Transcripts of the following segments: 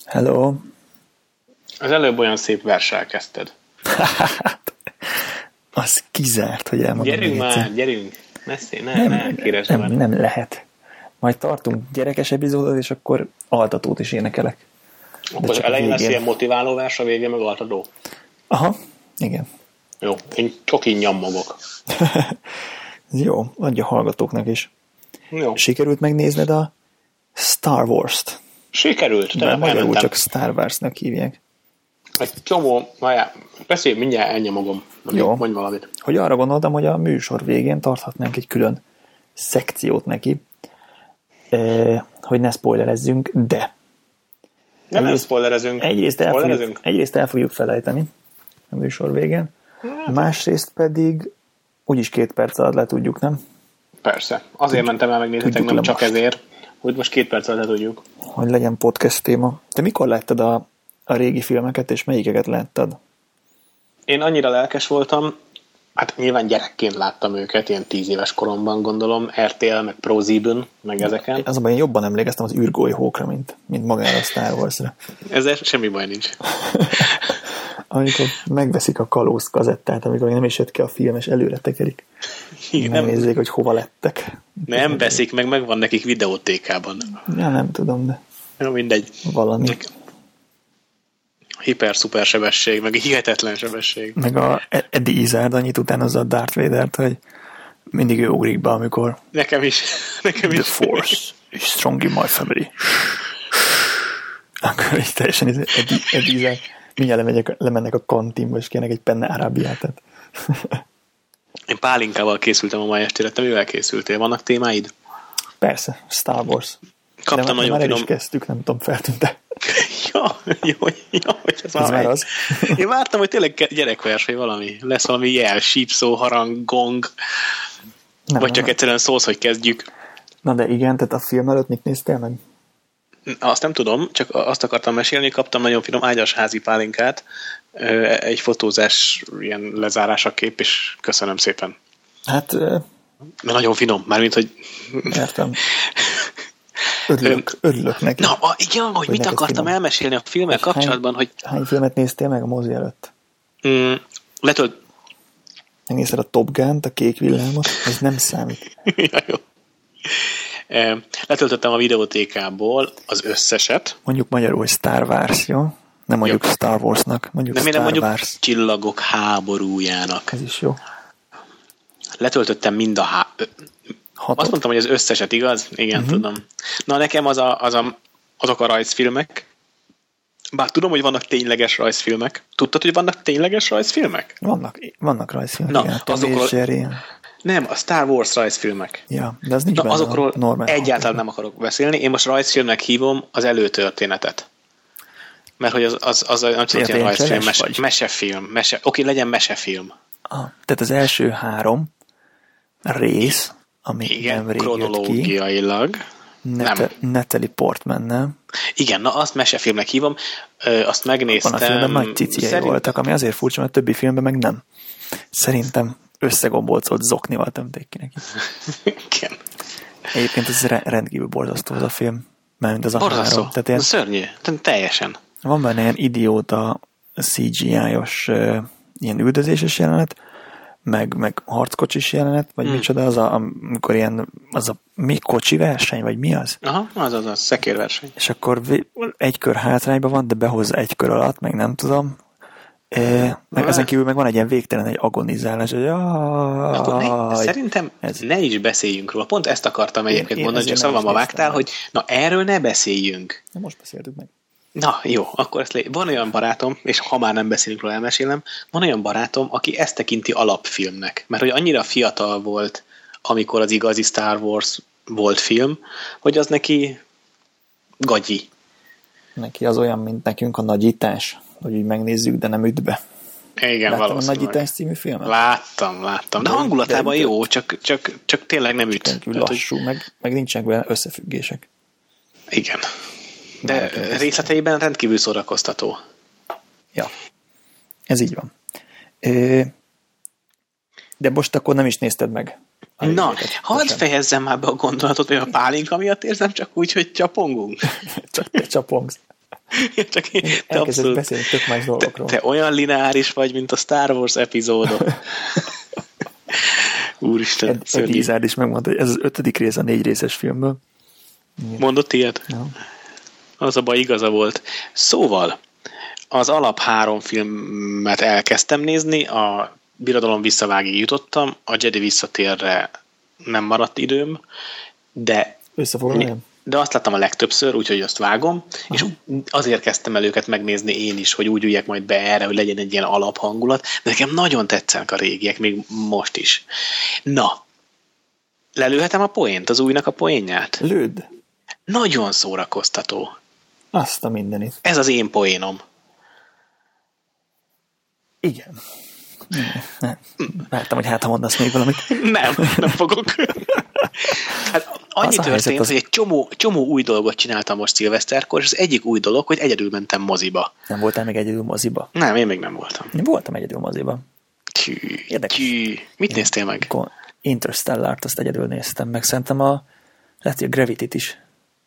Hello. Az előbb olyan szép verssel kezdted. Az kizárt, hogy elmondom. Gyerünk már, gyerünk. Nem lehet. Majd tartunk gyerekes epizódot, és akkor altatót is énekelek. Akkor az elején lesz ilyen motiváló vers, a végén meg altató. Aha, igen. Jó, én csokin nyammogok. Jó, adja hallgatóknak is. Jó. Sikerült megnézned a Star Wars-t? Sikerült, de magyarul csak Star Wars-nak hívják. Egy csomó, beszélj, mindjárt elnyomogom. Jó. Mondj valamit. Hogy arra gondoltam, hogy a műsor végén tarthatnánk egy külön szekciót neki, hogy ne spoilerezzünk, de nem spoilerezünk. Egyrészt el fogjuk felejteni a műsor végén, másrészt pedig úgyis 2 perc alatt le tudjuk, nem? Persze. Azért mentem el megnézhetek, nem csak ezért, hogy most 2 perc alatt le tudjuk. Hogy legyen podcast téma. Te mikor láttad a régi filmeket, és melyikeket láttad? Én annyira lelkes voltam, hát nyilván gyerekként láttam őket, ilyen 10 éves koromban gondolom, RTL, meg ProSieben, meg ezeken. Azonban én jobban emlékeztem az űrgolyhókra, mint magára a Star Wars-ra. Ezzel semmi baj nincs. Amikor megveszik a kalóz kazettát, amikor nem is jött ki a film, és előre tekerik. Megnézzék, hogy hova lettek. Nem veszik meg, megvan nekik videótékában. Ja, nem tudom, de... Jó, mindegy. Valami. Hiper-szuper sebesség, meg hihetetlen sebesség. Meg a Eddie Izzard annyit utánozza a Darth Vadert, hogy mindig ő ugrik be, amikor... Nekem is. The Force is strong in my family. Akkor így teljesen Eddie Izzard mindjárt lemennek a kantinba, és kérnek egy penne arábiátát. Én pálinkával készültem a mai estére. Te mivel készültél? Vannak témáid? Persze, Star Wars. Kaptam nagyon már finom... el is kezdtük, nem tudom, feltűnt-e. Jó, hogy ez már az. Én vártam, hogy tényleg gyerekvers, vagy valami. Lesz valami jel, sípszó, harang, gong. Vagy csak egyszerűen szólsz, hogy kezdjük. Na de igen, tehát a film előtt mit néztél meg? Azt nem tudom, csak azt akartam mesélni, kaptam nagyon finom ágyasházi pálinkát, egy fotózás ilyen lezárása kép, és köszönöm szépen. Hát... Mert nagyon finom, mármint, hogy... Értem. Örülök neki. Na, igen, hogy mit akartam finom. Elmesélni a filmmel kapcsolatban, hogy... Hány filmet néztél meg a mozi előtt? Megnézted a Top Gun-t, a Kék villámot? Ez nem számít. Ja, jó. Letöltöttem a videótékából az összeset. Mondjuk magyarul, hogy Star Wars, jó? Nem mondjuk jó. Star Wars-nak, mondjuk Star Wars. Mondjuk Csillagok háborújának. Ez is jó. Letöltöttem mind a Azt mondtam, hogy az összeset, igaz? Igen, tudom. Na, nekem azok a rajzfilmek, bár tudom, hogy vannak tényleges rajzfilmek. Tudtad, hogy vannak tényleges rajzfilmek? Vannak rajzfilmek. Na, igen. Azokról... Nem, a Star Wars rajzfilmek. Ja, de az nincs benne azokról a normál. Egyáltalán nem akarok beszélni. Én most rajzfilmnek hívom az előtörténetet. Mert hogy az nem csak ilyen rajzfilm, mesefilm. Oké, legyen mesefilm. Tehát az első 3 rész, ami igen, nem kronológiailag. Natalie Portman-nel. Igen, na azt mesefilmnek hívom. Azt megnéztem. Abban a filmben nagy ciciai voltak, ami azért furcsa, mert a többi filmben meg nem. Szerintem összegombolcolt zoknival tömték ki neki. Igen. Egyébként ez rendkívül borzasztó az a film. Mármint az a borzasztó. 3. Tehát szörnyű. Teljesen. Van benne ilyen idióta CGI-os ilyen üldözéses jelenet, meg harckocsis jelenet, vagy micsoda az amikor ilyen, mi kocsi verseny, vagy mi az? Aha, az szekérverseny. És akkor 1 kör hátrányban van, de behozza 1 kör alatt, meg nem tudom. Meg ezen kívül meg van egy ilyen végtelen egy agonizálás, hogy szerintem ne is beszéljünk róla. Pont ezt akartam egyébként mondani, csak szavamba vágtál, hogy na erről ne beszéljünk. Na most beszéltük meg. Na jó, akkor van olyan barátom, és ha már nem beszélünk róla, elmesélem, van olyan barátom, aki ezt tekinti alapfilmnek. Mert hogy annyira fiatal volt, amikor az igazi Star Wars volt film, hogy az neki gagyi. Neki az olyan, mint nekünk a Nagyítás, hogy úgy megnézzük, de nem üt be. Igen, láttam valószínűleg. A Nagyítás című filmet? Láttam. De hangulatában jó, csak tényleg nem üt. Tehát, lassú, meg nincsenek benne összefüggések. Igen. De részleteiben rendkívül szórakoztató. Ja, ez így van. De most akkor nem is nézted meg. Na, hadd fejezzem már be a gondolatot, hogy a pálinka miatt érzem csak úgy, hogy csapongunk. Csak te csapongsz. Csak elkezdett beszélni tök más dolgokról. Te olyan lineáris vagy, mint a Star Wars epizódok. Úristen. Ed Izzard is megmondta, hogy ez az 5. rész a 4 részes filmből. Mondott ilyet? No. Az a baj, igaza volt. Szóval, az alap 3 filmet elkezdtem nézni, a Birodalom visszavágig jutottam, a Jedi visszatérre nem maradt időm, de azt láttam a legtöbbször, úgyhogy azt vágom, és azért kezdtem el őket megnézni én is, hogy úgy üljek majd be erre, hogy legyen egy ilyen alaphangulat, de nekem nagyon tetszenek a régiek, még most is. Na, lelőhetem a poént, az újnak a poénját? Lőd! Nagyon szórakoztató. Azt a mindenit. Ez az én poénom. Igen. Vártam, hogy ha mondasz még valamit. Nem fogok. Hát annyi történt, hogy egy csomó új dolgot csináltam most szilveszterkor, és az egyik új dolog, hogy egyedül mentem moziba. Nem voltál még egyedül moziba? Nem, én még nem voltam. Én voltam egyedül moziba. Mit néztél meg? Interstellart, azt egyedül néztem meg. Szerintem lehet, hogy a Gravity-t is.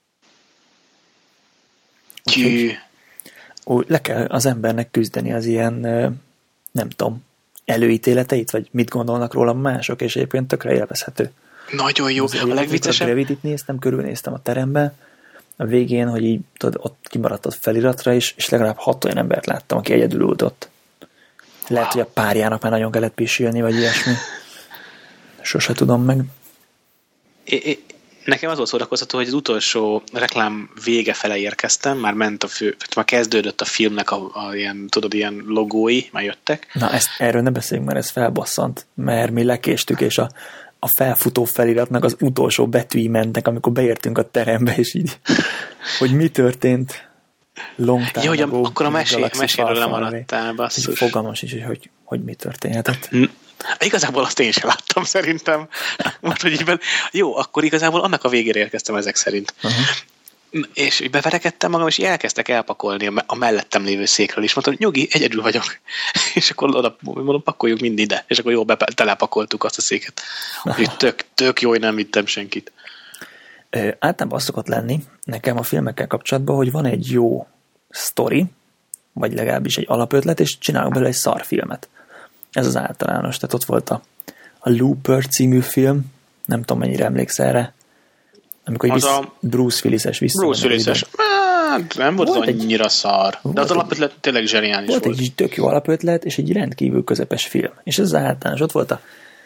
Le kell az embernek küzdeni az ilyen, nem tudom, előítéleteit, vagy mit gondolnak róla mások, és egyébként tökre élvezhető. Nagyon jó. A legviccesebb... A Gravity-t néztem, körülnéztem a teremben, a végén, hogy így tudod, ott kimaradt ott feliratra, és legalább 6 olyan embert láttam, aki egyedül ült ott. Lehet, hogy a párjának már nagyon kellett pisilni, vagy ilyesmi. Sose tudom meg. Nekem az volt szórakoztató, hogy az utolsó reklám vége fele érkeztem, már ment már kezdődött a filmnek ilyen logói, már jöttek. Na, erről ne beszéljünk, mert ez felbasszant, mert mi lekéstük, és a felfutó feliratnak az utolsó betűi mentek, amikor beértünk a terembe, és így, hogy mi történt. Long time hogy ago, akkor a meséről lemaradtál, basszus. Fogalmas is, hogy mi történhetett. Igazából azt én sem láttam szerintem. Most, hogy így jó, akkor igazából annak a végére érkeztem ezek szerint. És beverekedtem magam, és elkezdtek elpakolni a mellettem lévő székről is. Mondtam, hogy nyugi, egyedül vagyok. És akkor oda mondom, pakoljuk mind ide. És akkor jó, telepakoltuk azt a széket. Úgyhogy tök jó, hogy nem vittem senkit. Általában az szokott lenni nekem a filmekkel kapcsolatban, hogy van egy jó sztori, vagy legalábbis egy alapötlet, és csinálok belőle egy szarfilmet. Ez az általános. Tehát ott volt a Looper című film, nem tudom, mennyire emlékszel erre, amikor Bruce Willis-es vissza. Bruce Willis-es. Nem volt annyira szar. De az alapötlet tényleg zseniális volt. Volt egy tök jó alapötlet, és egy rendkívül közepes film. És ez az általános. Ott volt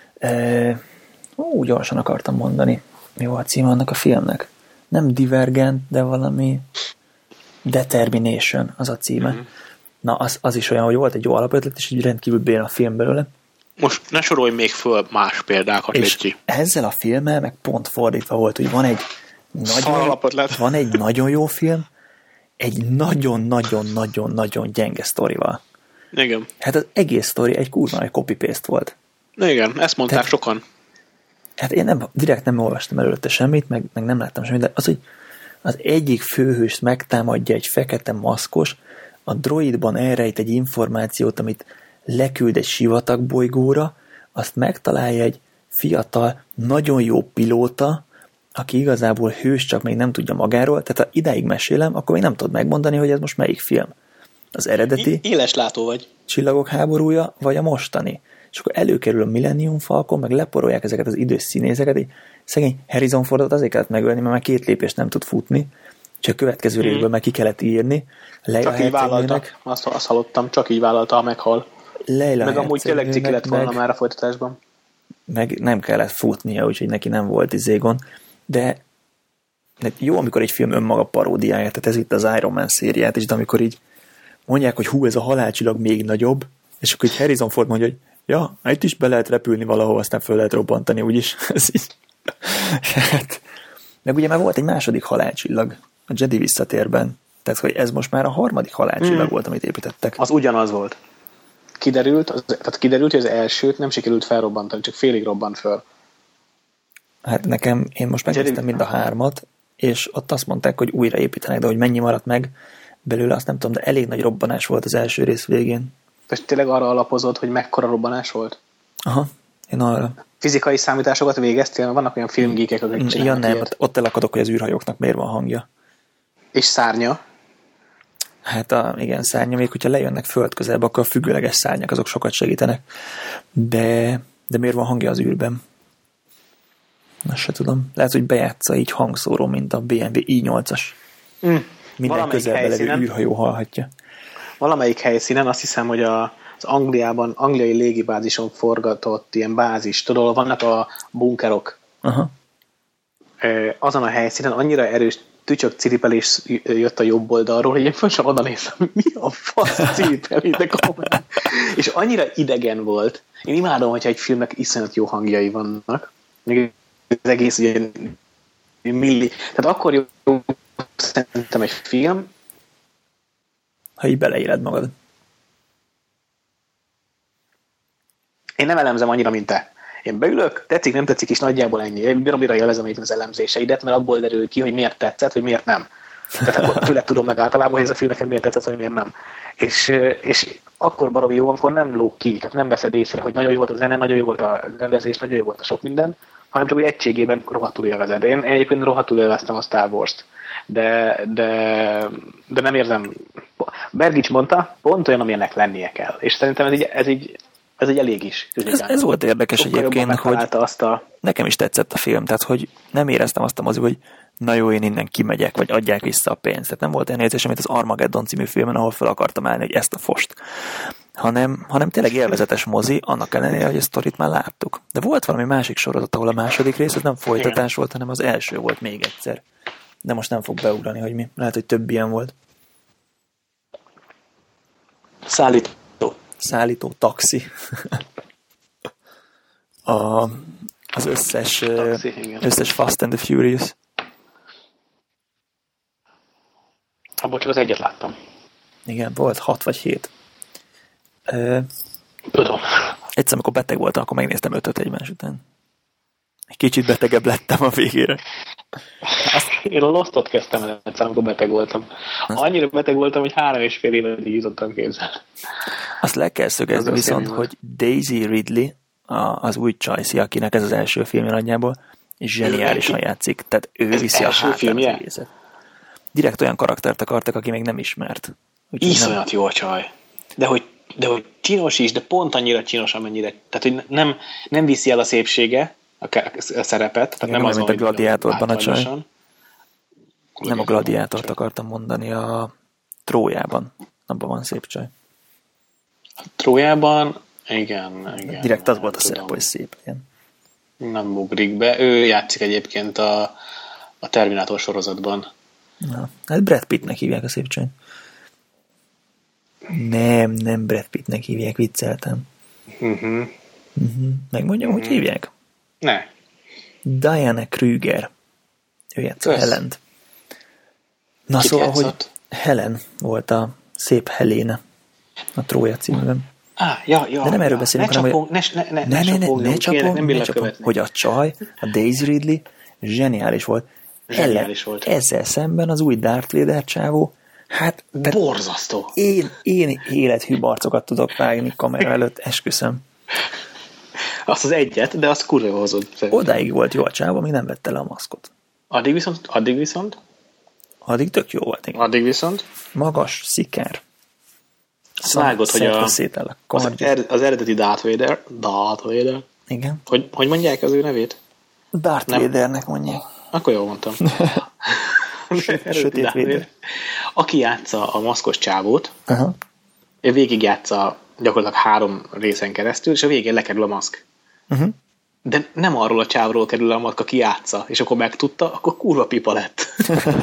gyorsan akartam mondani. Mi volt a címe annak a filmnek? Nem Divergent, de valami Determination az a címe. Mm-hmm. Na, az is olyan, hogy volt egy jó alapötlet, és egy rendkívül béna film belőle. Most ne sorolj még föl más példákat, és Légy. ezzel a filmmel meg pont fordítva volt, hogy van egy nagyon jó film, egy nagyon-nagyon-nagyon-nagyon gyenge sztorival. Hát az egész sztori egy kurva nagy copy-paste volt. Igen, ezt mondták sokan. Hát én direkt nem olvastam előtte semmit, meg nem láttam semmit, de az, hogy az egyik főhőst megtámadja egy fekete maszkos, a droidban elrejt egy információt, amit leküld egy sivatagbolygóra, azt megtalálja egy fiatal, nagyon jó pilóta, aki igazából hős, csak még nem tudja magáról, tehát ha idáig mesélem, akkor még nem tudod megmondani, hogy ez most melyik film. Az eredeti éles látó vagy. Csillagok háborúja, vagy a mostani. És akkor előkerül a Millennium Falcon, meg leporolják ezeket az idős színészeket, így szegény Harrison Fordot azért kellett megölni, mert már 2 lépést nem tud futni, csak a következő részből meg ki kellett írni. Csak így vállalta, azt hallottam, csak így vállalta, ha meghal. Meg amúgy tényleg ciki lett volna már a folytatásban. Meg nem kellett futnia, úgyhogy neki nem volt izégon. De jó, amikor egy film önmaga paródiája, tehát ez itt az Iron Man szériát is, de amikor így mondják, hogy ez a halálcsillag még nagyobb, és akkor így Harrison Ford mondja, hogy ja, itt is be lehet repülni valahol, aztán föl lehet robbantani, úgyis. Ez így. Hát, meg ugye már volt egy második halálcsillag a Jedi visszatérben. Tehát, hogy ez most már a 3. halálcsillag volt, amit építettek. Az ugyanaz volt. Kiderült, hogy az elsőt nem sikerült felrobbantani, csak félig robbant föl. Hát nekem, én most megnéztem mind a 3, és ott azt mondták, hogy újraépítenek, de hogy mennyi maradt meg belőle, azt nem tudom, de elég nagy robbanás volt az első rész végén. És tényleg arra alapozod, hogy mekkora robbanás volt? Aha, én arra. Fizikai számításokat végeztél? Mert vannak olyan filmgeekek, akik csinálnak nem, ott elakadok, hogy az űrhajóknak miért van hangja. És szárnya? Hát igen, szárnyamék, hogyha lejönnek föld közelbe, akkor a függőleges szárnyak azok sokat segítenek. De miért van hangja az űrben? Azt se tudom. Lehet, hogy bejátsza így hangszóró, mint a BMW i8-as. Minden közelbe levő űrhajó hallhatja. Valamelyik helyszínen azt hiszem, hogy az angliai légibázison forgatott ilyen bázis, tudod, vannak a bunkerok. Aha. Azon a helyszínen annyira erős tücsök ciripelés jött a jobb oldalról, hogy én föl sem oda néztem, mi a fasz ciripelés, és annyira idegen volt. Én imádom, hogyha egy filmnek iszonyat jó hangjai vannak. Még az egész ugye Tehát akkor jó szerintem egy film, ha így beleéled magad. Én nem elemzem annyira, mint te. Én beülök, tetszik, nem tetszik, és nagyjából ennyi. Én bírom jelezem az elemzéseidet, mert abból derül ki, hogy miért tetszett, hogy miért nem. Tehát akkor tőled tudom meg általában, hogy ez a film nekem miért tetszett, hogy miért nem. És akkor baromi jó, amikor nem lóg ki, tehát nem veszed észre, hogy nagyon jó volt a zene, nagyon jó volt a rendezés, nagyon jó volt a sok minden, hanem csak úgy egységében rohadtul élvezed. Én egyébként rohadtul élveztem a Star Wars-t. De nem érzem. Bergics mondta, pont olyan, amilyennek lennie kell. És szerintem ez így elég is. Ez volt érdekes egyébként, hogy nekem is tetszett a film, tehát hogy nem éreztem azt a mozi, hogy na jó, én innen kimegyek, vagy adják vissza a pénzt. Tehát nem volt olyan érzés, mint az Armageddon című filmen, ahol fel akartam állni, hogy ezt a fost. Hanem tényleg élvezetes mozi, annak ellenére, hogy a sztorit már láttuk. De volt valami másik sorozat, ahol a második rész, ez nem folytatás volt, hanem az első volt még egyszer. De most nem fog beugrani, hogy mi. Lehet, hogy több ilyen volt. Szállító, taxi. Az összes Fast and the Furious. Abból csak az egyet láttam. Igen, volt 6 vagy 7. Tudom. Egyszer, amikor beteg voltam, akkor megnéztem 5-öt egymás után. Egy kicsit betegebb lettem a végére. Én a Lost-ot kezdtem el egyszer, amikor beteg voltam. Annyira beteg voltam, hogy 3,5 évet így jutottam képzelni. Azt le kell szögezni viszont, hogy Daisy Ridley, az új csajszi, akinek ez az első filmje nagyjából, és zseniálisan játszik. Tehát ő viszi a hátán az egészet. Direkt olyan karaktert akartak, aki még nem ismert. Iszonyat jó a csaj. De hogy csinos is, de pont annyira csinos, amennyire. Tehát, hogy nem viszi el a szépsége, a szerepet. Tehát nem az, mint a Gladiátorban a csaj. Nem a Gladiátort akartam mondani, a Trójában. Abban van szép csaj. A Trójában, igen. Direkt az volt a szerep, hogy szép legyen. Nem ugrik be. Ő játszik egyébként a Terminátor sorozatban. Na, hát Brad Pittnek hívják a szép csaj. Nem Brad Pittnek hívják, vicceltem. Megmondjam, hogy hívják? Ne. Diana Kruger. Ő játszott Helent. Na Kit szóval, játszott? hogy Helen volt a szép Helena a Trója címben. Ja. De nem erről beszélünk, hanem ne csapom, hogy a csaj, a Daisy Ridley zseniális volt. Ezzel szemben az új Darth Vader csávó, hát borzasztó. Én élethű barcokat tudok vágni kamera előtt, esküszöm. Azt az egyet, de azt kurva hozott. Odáig volt jó a csávó, még nem vette le a maszkot. Addig viszont? Addig tök jó volt. Igen. Addig viszont? Magas, szikár. Vágod, hogy az eredeti Darth Vader. Igen. Hogy mondják az ő nevét? Darth Vadernek mondják. Akkor jól mondtam. Sötét Vader. Aki játsza a maszkos csávót, ő végig játsza gyakorlatilag 3 részen keresztül, és a végén lekerül a maszk. De nem arról a csávról kerül a maszk, aki játsza, és akkor megtudta, akkor kurva pipa lett.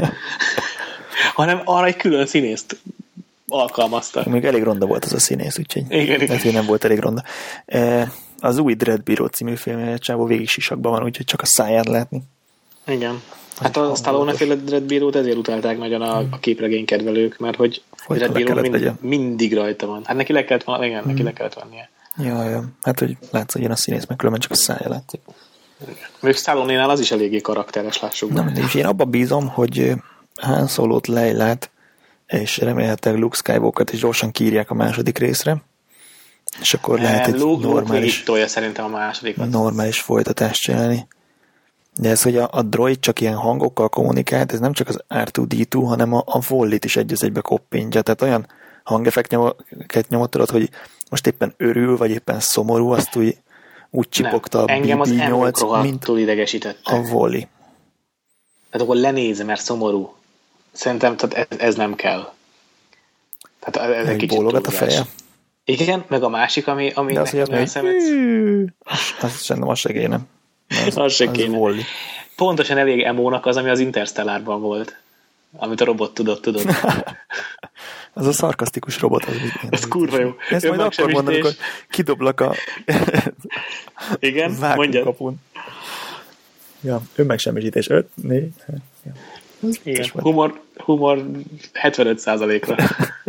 Hanem arra egy külön színészt alkalmaztak. Még elég ronda volt az a színész, úgyhogy igen. Nem volt elég ronda. Az új Dread Bureau című filmje csávó végig sisakban van, úgyhogy csak a száját látni. Igen. Hát a Stallone-féle Dread Bureau-t ezért utálták nagyon a képregénykedvelők, mert hogy Dread Bureau mindig rajta van. Hát neki le kellett vennie. Ja. Hát, hogy látsz, hogy jön a színész, meg különben csak a szája látszik. Még Stallone-nál az is eléggé karakteres, lássuk. Na, és én abban bízom, hogy Han Solót, Leilát, és remélhetőleg Luke Skywalkert is gyorsan kiírják a második részre, és akkor lehet egy Luke szerintem a másodikat. Normális folytatást csinálni. De ez, hogy a droid csak ilyen hangokkal kommunikált, ez nem csak az R2-D2, hanem a Wall-it is egy az egybe koppintja. Tehát olyan hangeffekteket nyomott, tudod, hogy most éppen örül, vagy éppen szomorú, azt úgy csipogta a BB-8, mint idegesítette. a Wall-i. Tehát akkor lenézem, mert szomorú. Szerintem ez nem kell. Tehát ez egy kicsit bólogat a feje. Igen, meg a másik, ami de az, hogy nekem szemet... Azt szerintem az se kéne. Az se kéne. Pontosan elég emónak az, ami az Interstellárban volt. Amit a robot tudott. Az a szarkasztikus robot. Ez kurva jó. Ezt majd akkor mondom, amikor kidoblak a igen, mondjad. Kapun. Ja, önmegsemmisítés. 5, 4, ja. Igen, humor 75%-ra.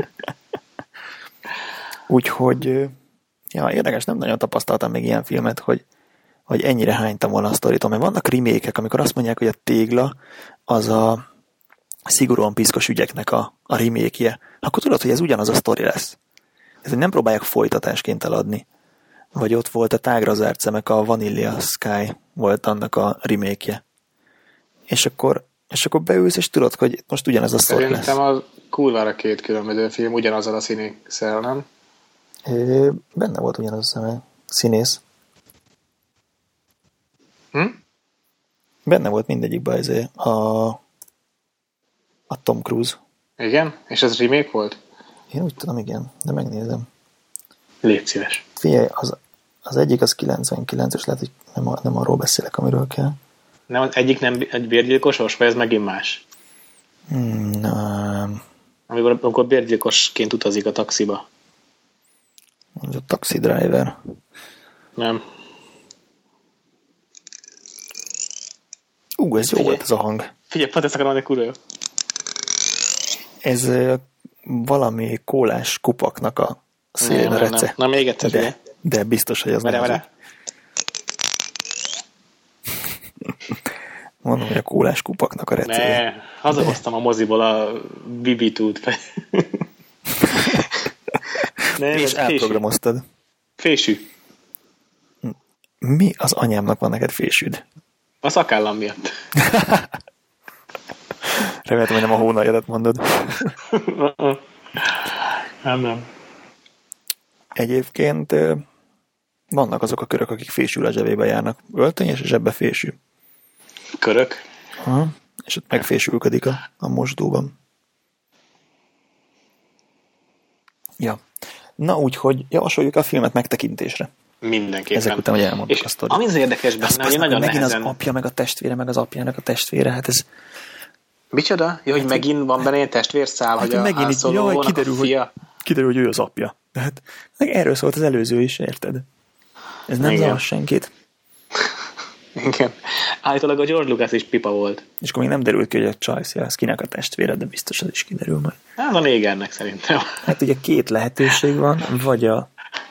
Úgyhogy érdekes, nem nagyon tapasztaltam még ilyen filmet, hogy ennyire hánytam volna a sztoritól, mert vannak remékek, amikor azt mondják, hogy a Tégla az a szigorúan piszkos ügyeknek a remake-je, akkor tudod, hogy ez ugyanaz a sztori lesz. Ez, hogy nem próbálják folytatásként eladni. Vagy ott volt a Tágra zárt szemek, a Vanilla Sky volt annak a remake-je. És akkor beülsz, és tudod, hogy most ugyanaz a sztori lesz. Szerintem az kurvára két különböző film, ugyanazzal a színészel, nem? Benne volt ugyanaz a színész. Benne volt mindegyikben ezért a Tom Cruise. Igen? És ez remake volt? Én úgy tudom, igen, de megnézem. Légy szíves. Figyelj, az egyik az 99-es, lehet, hogy nem arról beszélek, amiről kell. Nem, az egyik nem egy bérgyilkosos, vagy ez megint más? Nem. Amikor bérgyilkosként utazik a taxiba. A Taxi Driver. Nem. Ez jó volt ez a hang. Figyelj, pont ezt akarom, hogy kurva jó. Ez valami kólás kupaknak a szélén a rece. Nem. Na, még egyszer. De biztos, hogy az nem. Mondom, hogy a kólás kupaknak a rece. Ne, hazahoztam a moziból a BB-2-t. És elprogramoztad. Fésű. Mi az anyámnak van neked fésűd? A szakállam miatt. Reméltem, hogy nem a hónaljadat mondod. Nem. Egyébként vannak azok a körök, akik fésül a zsebébe járnak. Öltönyös és zsebbe fésű. Körök? Aha. És ott megfésülködik a mosdóban. Ja. Na úgyhogy javasoljuk a filmet megtekintésre. Mindenképpen. Ezek után, hogy elmondtuk és a sztorit. ami az érdekes benne, hogy nagyon megint nehezen... az apja, meg a testvére, meg az apjának a testvére, hát ez... Micsoda? Ja, hogy megint van benne egy testvérszál, hogy a Han Solo-nak a fia... Kiderül, hogy ő az apja. De hát erről szólt az előző is, érted? Ez nem zavar senkit. Igen. Állítólag a George Lucas is pipa volt. És akkor még nem derült ki, hogy a Csajci az kinek a testvére, de biztos az is kiderül majd. Hát a Négernek szerintem. Hát ugye két lehetőség van, vagy a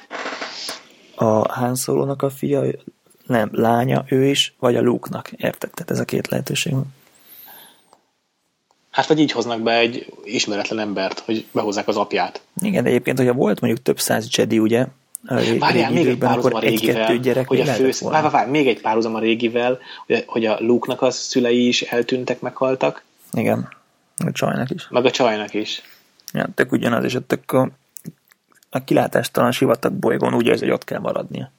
Han Solo-nak a fia, nem, lánya, ő is, vagy a Luke-nak, érted? Tehát ez a két lehetőség van. Hát vagy így hoznak be egy ismeretlen embert, hogy behozzák az apját. Igen, de egyébként, hogyha volt mondjuk több száz Jedi, ugye, várjál, még egy párhuzam a régivel, gyerek, hogy még egy párhuzam a régivel, hogy a Luke-nak a szülei is eltűntek, meghaltak. Igen, a Csajnak is. Meg a Csajnak is. Ja, tök ugyanaz, és tök a kilátástalan sivatag bolygón úgy érzi, hogy ott kell maradnia.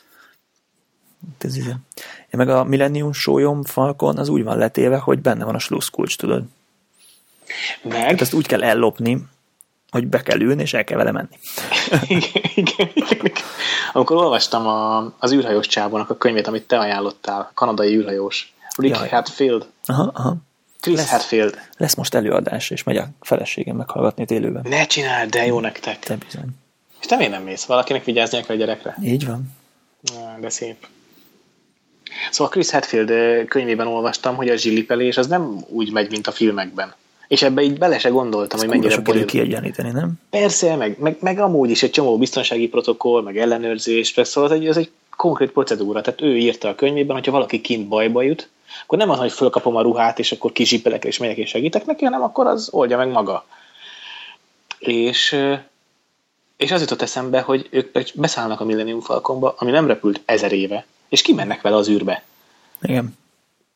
Ez ide. Meg a Millennium Sólyom Falcon az úgy van letéve, hogy benne van a slusszkulcs, tudod. Hát ezt úgy kell ellopni, hogy be kell ülni, és el kell vele menni. igen. Amikor olvastam az űrhajós csávónak a könyvét, amit te ajánlottál, kanadai űrhajós, Rick Hadfield. Aha. Chris Hadfield. Lesz most előadás, és megy a feleségem meghallgatni élőben. Ne csináld, de jó nektek. Te bizony. És te miért nem mész? Valakinek vigyáznia kell a gyerekre? Így van. De szép. Szóval Chris Hadfield könyvében olvastam, hogy a zsillipelés az nem úgy megy, mint a filmekben. És ebbe így bele se gondoltam, hogy mennyire bonyolult kiegyenlíteni, nem? Persze, meg amúgy is egy csomó biztonsági protokoll, meg ellenőrzés, szóval ez egy konkrét procedúra. Tehát ő írta a könyvében, hogyha valaki kint bajba jut, akkor nem az, hogy fölkapom a ruhát, és akkor kizsipelek, és megyek, és segítek neki, hanem akkor az oldja meg maga. És az jutott eszembe, hogy ők beszállnak a Millennium Falconba, ami nem repült 1000 éve, és kimennek vele az űrbe. Igen.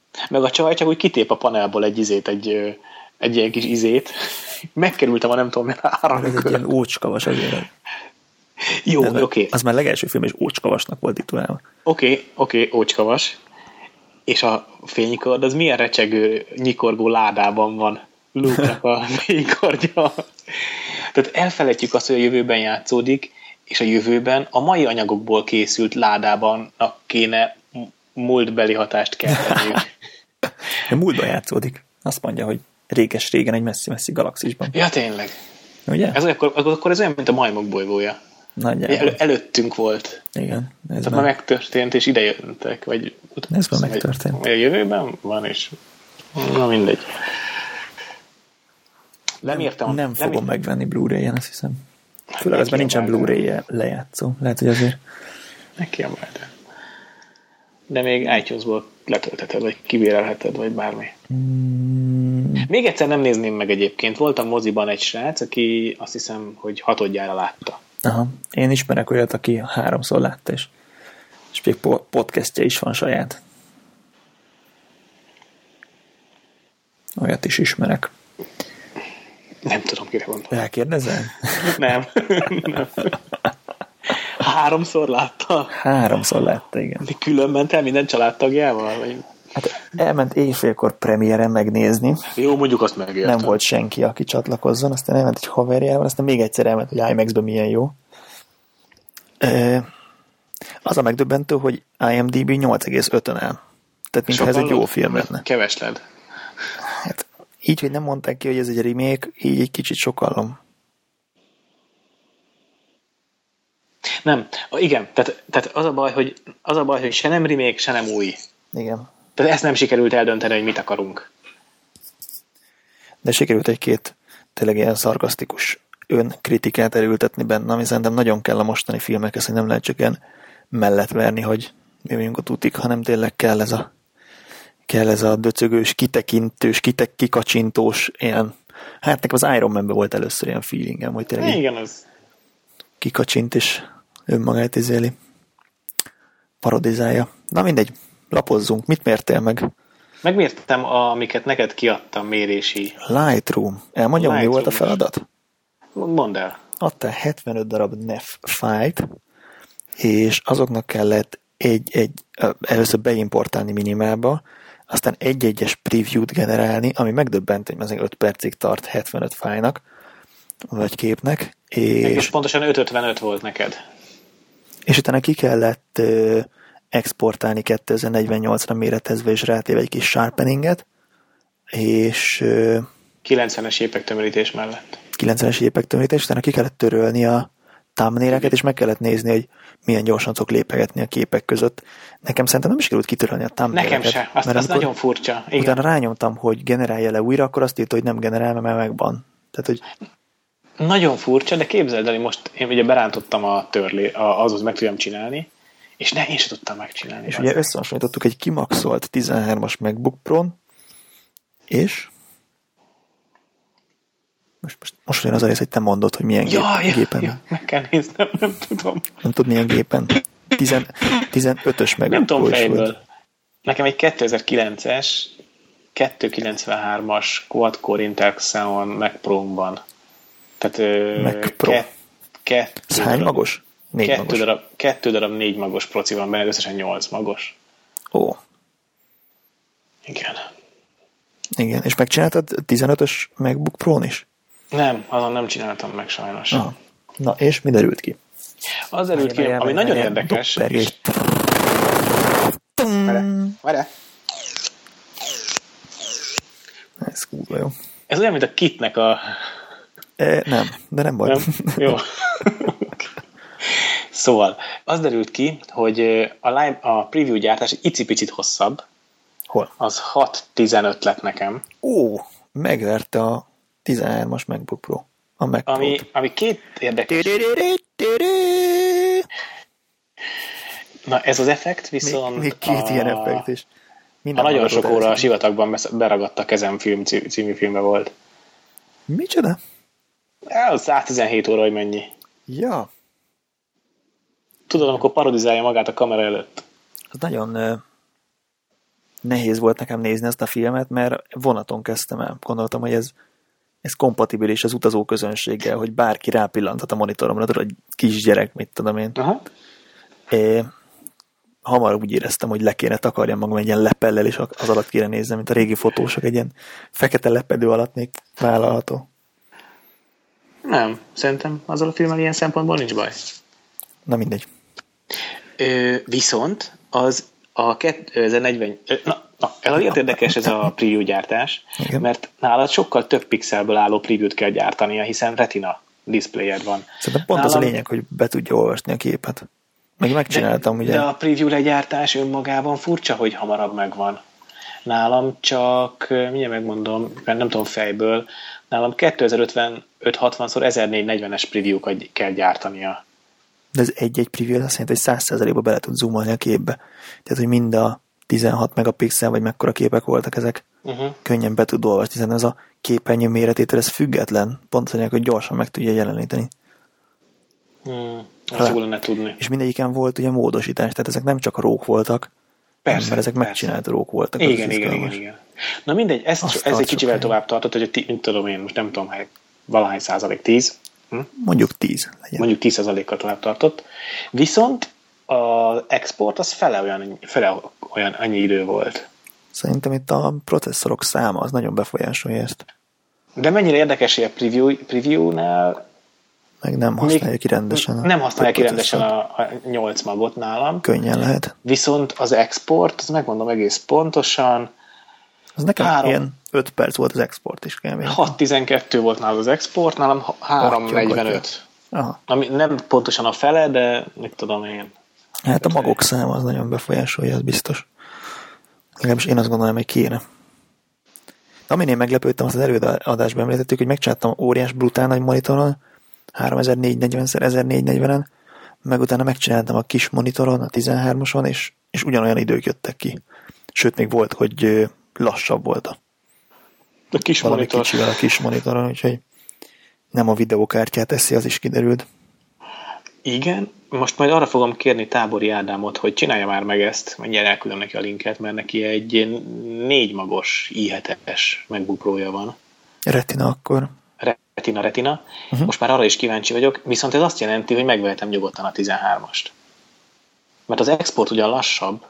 Meg a csaj csak úgy kitép a panelból egy ilyen kis izét. Megkerültem a nem tudom, milyen ára. Ez egy ilyen ócskavas azért. Jó, oké. Az már legelső film is ócskavasnak volt titulálva. Oké, ócskavas. És a fénykard, az milyen recsegő, nyikorgó ládában van Luke-nak a fénykardja. Tehát elfelejtjük azt, hogy a jövőben játszódik, és a jövőben a mai anyagokból készült ládában kéne múltbeli hatást kelteniük. A múltban játszódik. Azt mondja, hogy réges-régen egy messzi-messzi galaxisban. Ja, tényleg. Ugye? Akkor ez olyan, mint a majmok bolygója. Előttünk volt. Igen. Ez már megtörtént, és ide jöttek. Vagy ez már megtörtént. Vagy a jövőben van, és na mindegy. Nem fogom megvenni Blu-ray-en, azt hiszem. Főleg azban nincsen Blu-ray lejátszó. Lehet, hogy azért... Neki a majd. De még iTunes-ból letöltheted, vagy kibérelheted, vagy bármi. Még egyszer nem nézném meg egyébként. Voltam moziban egy srác, aki azt hiszem, hogy 6. látta. Aha. Én ismerek olyat, aki 3-szor látta, és még podcastja is van saját. Olyat is ismerek. Nem tudom, kire gondolom. Elkérdezel? Nem. 3-szor látta? 3-szor látta, igen. De külön ment el minden családtagjával? Vagy? Hát elment éjfélkor premiéren megnézni. Jó, mondjuk azt megértem. Nem volt senki, aki csatlakozzon, aztán elment egy haverjával, aztán még egyszer elment, hogy IMAX-ben milyen jó. Az a megdöbbentő, hogy IMDb 8,5-ön áll. Tehát mintha ez egy jó film lenne. Kevesled. Hát így, hogy nem mondták ki, hogy ez egy remake, így egy kicsit sokallom. Nem, igen, tehát az a baj, hogy se nem remake, se nem új. Igen. Tehát ezt nem sikerült eldönteni, hogy mit akarunk. De sikerült egy-két tényleg ilyen szarkasztikus önkritikát erőltetni benne, ami szerintem nagyon kell a mostani filmekhez, hogy nem lehet csak ilyen melletverni, hogy mi vagyunk a tutik, hanem tényleg kell ez a döcögős, kitekintős, kikacsintós ilyen, hát nekem az Iron Man-ben volt először ilyen feelingem, hogy tényleg igen, az kikacsint és önmagát izéli, parodizálja. Na mindegy, lapozzunk. Mit mértél meg? Megmértem, amiket neked kiadtam mérési. Lightroom. Elmondjam, mi volt a feladat? Mondd el. Adtál 75 darab NEF fájlt, és azoknak kellett először beimportálni minimálba, aztán egy-egyes preview-t generálni, ami megdöbbent, hogy 5 percig tart 75 fájlnak, vagy képnek. És pontosan 555 volt neked. És utána ki kellett exportálni 2048-ra méretezve, és rátéve egy kis sharpeninget, és 90-es épek tömörítés mellett. 90-es épek tömörítés, utána ki kellett törölni a thumbnaileket, és meg kellett nézni, hogy milyen gyorsan tudok lépegetni a képek között. Nekem szerintem nem is került kitörölni a thumbnaileket. Nekem se, azt nagyon furcsa. Igen. Utána rányomtam, hogy generálja le újra, akkor azt írta, hogy nem generál, mert megvan. Tehát, hogy nagyon furcsa, de képzeld el, hogy most én ugye berántottam azhoz meg tudjam csinálni, és én sem tudtam megcsinálni. És ugye összehasonlítottuk egy kimaxolt 13-as MacBook Pro-n, és most jön az a rész, hogy te mondod, hogy milyen gépen. Ja, meg kell néznem, nem tudom. Nem tudod, milyen gépen? 15-ös MacBook. Nem tudom fejből. Nekem egy 2009-es 293-as quad-core Intel Xeon Mac Pro-ban. Tehát Mac Pro. Ez hány magos? 4 magos. 2 darab 4 magos proci van benne, összesen 8 magos. Ó. Igen, és megcsináltad 15-ös MacBook Pro-n is? Nem, azon nem csináltam meg sajnos. Aha. Na, és mi derült ki? Az derült ki, ami nagyon érdekes. Várjál. Ez kurva jó. Ez olyan, mint a Kitnek a... Nem, de nem baj. Nem? Jó. Szóval, az derült ki, hogy a preview gyártás egy icipicit hosszabb. Hol? Az 6-15 lett nekem. Ó, megverte a 13-as MacBook Pro. A Mac ami két érdekes. Na, ez az effekt viszont... Még két ilyen effekt is. A nagyon sok óra a sivatagban beragadt a kezem című filmbe volt. Micsoda? 117 óra, hogy mennyi. Ja. Tudod, amikor parodizálja magát a kamera előtt. Az nagyon nehéz volt nekem nézni ezt a filmet, mert vonaton kezdtem el. Gondoltam, hogy ez kompatibilis az utazó közönséggel, hogy bárki rápillanthat a monitoromra, tudod, egy kisgyerek, mit tudom én. Aha. Hamar úgy éreztem, hogy le kéne takarjam magam egy ilyen lepellel, és az alatt kéne néznem, mint a régi fotósok, egy ilyen fekete lepedő alatt még vállalható. Nem, szerintem azzal a filmmel ilyen szempontból nincs baj. Na mindegy. Viszont az a 2040... Azért érdekes ez a preview gyártás, igen. Mert nálad sokkal több pixelből álló preview-t kell gyártania, hiszen retina displayed van. Szerintem pont az a lényeg, hogy be tudja olvasni a képet. Meg megcsináltam, ugye. De a preview legyártás önmagában furcsa, hogy hamarabb megvan. Nálam csak, mindjárt megmondom, mert nem tudom fejből, nálam 2055-60x1440-es preview-kat kell gyártania. De ez egy preview azt jelenti, hogy 100%-ba bele tud zoomolni a képbe. Tehát, hogy mind a 16 megapixel, vagy mekkora képek voltak ezek, könnyen be tud olvasni, hiszen ez a képernyő méretétől ez független, pont mondják, hogy gyorsan meg tudja jeleníteni. Azt jól lenne tudni. És mindegyiken volt ugye módosítás, tehát ezek nem csak rók voltak, persze, mert ezek megcsinált rók voltak. Igen. Na mindegy, ez egy kicsivel tovább tartott, hogy mint tudom én, most nem tudom, valahány százalék, 10? Mondjuk 10 legyen. Mondjuk 10%-kal tovább tartott. Viszont az export az fele olyan annyi idő volt. Szerintem itt a processzorok száma az nagyon befolyásolja ezt. De mennyire érdekes, hogy a preview-nál meg nem használja ki rendesen. Nem használja ki rendesen a 8 magot nálam. Könnyen lehet. Viszont az export, az megmondom egész pontosan. Az nekem ilyen 5 perc volt az export is. 6:12 volt nálam az export, nálam 3:45. Ami nem pontosan a fele, de mit tudom én. Hát a magok száma az nagyon befolyásolja, az biztos. Legalábbis én azt gondolom, hogy kéne. Amin én meglepődtem, azt az előadásban említettük, hogy megcsináltam óriás brutál nagy monitoron, 3440x1440-en, meg utána megcsináltam a kis monitoron, a 13-oson, és ugyanolyan idők jöttek ki. Sőt, még volt, hogy lassabb volt a kis monitor. Kicsivel a kis monitoron, úgyhogy nem a videókártyát teszi, az is kiderült. Igen, most majd arra fogom kérni Tábori Ádámot, hogy csinálja már meg ezt, mindjárt elküldöm neki a linket, mert neki egy 4 magos i7-es MacBook Pro-ja van. Retina akkor. Retina. Most már arra is kíváncsi vagyok, viszont ez azt jelenti, hogy megvehetem nyugodtan a 13-ast. Mert az export ugyan lassabb,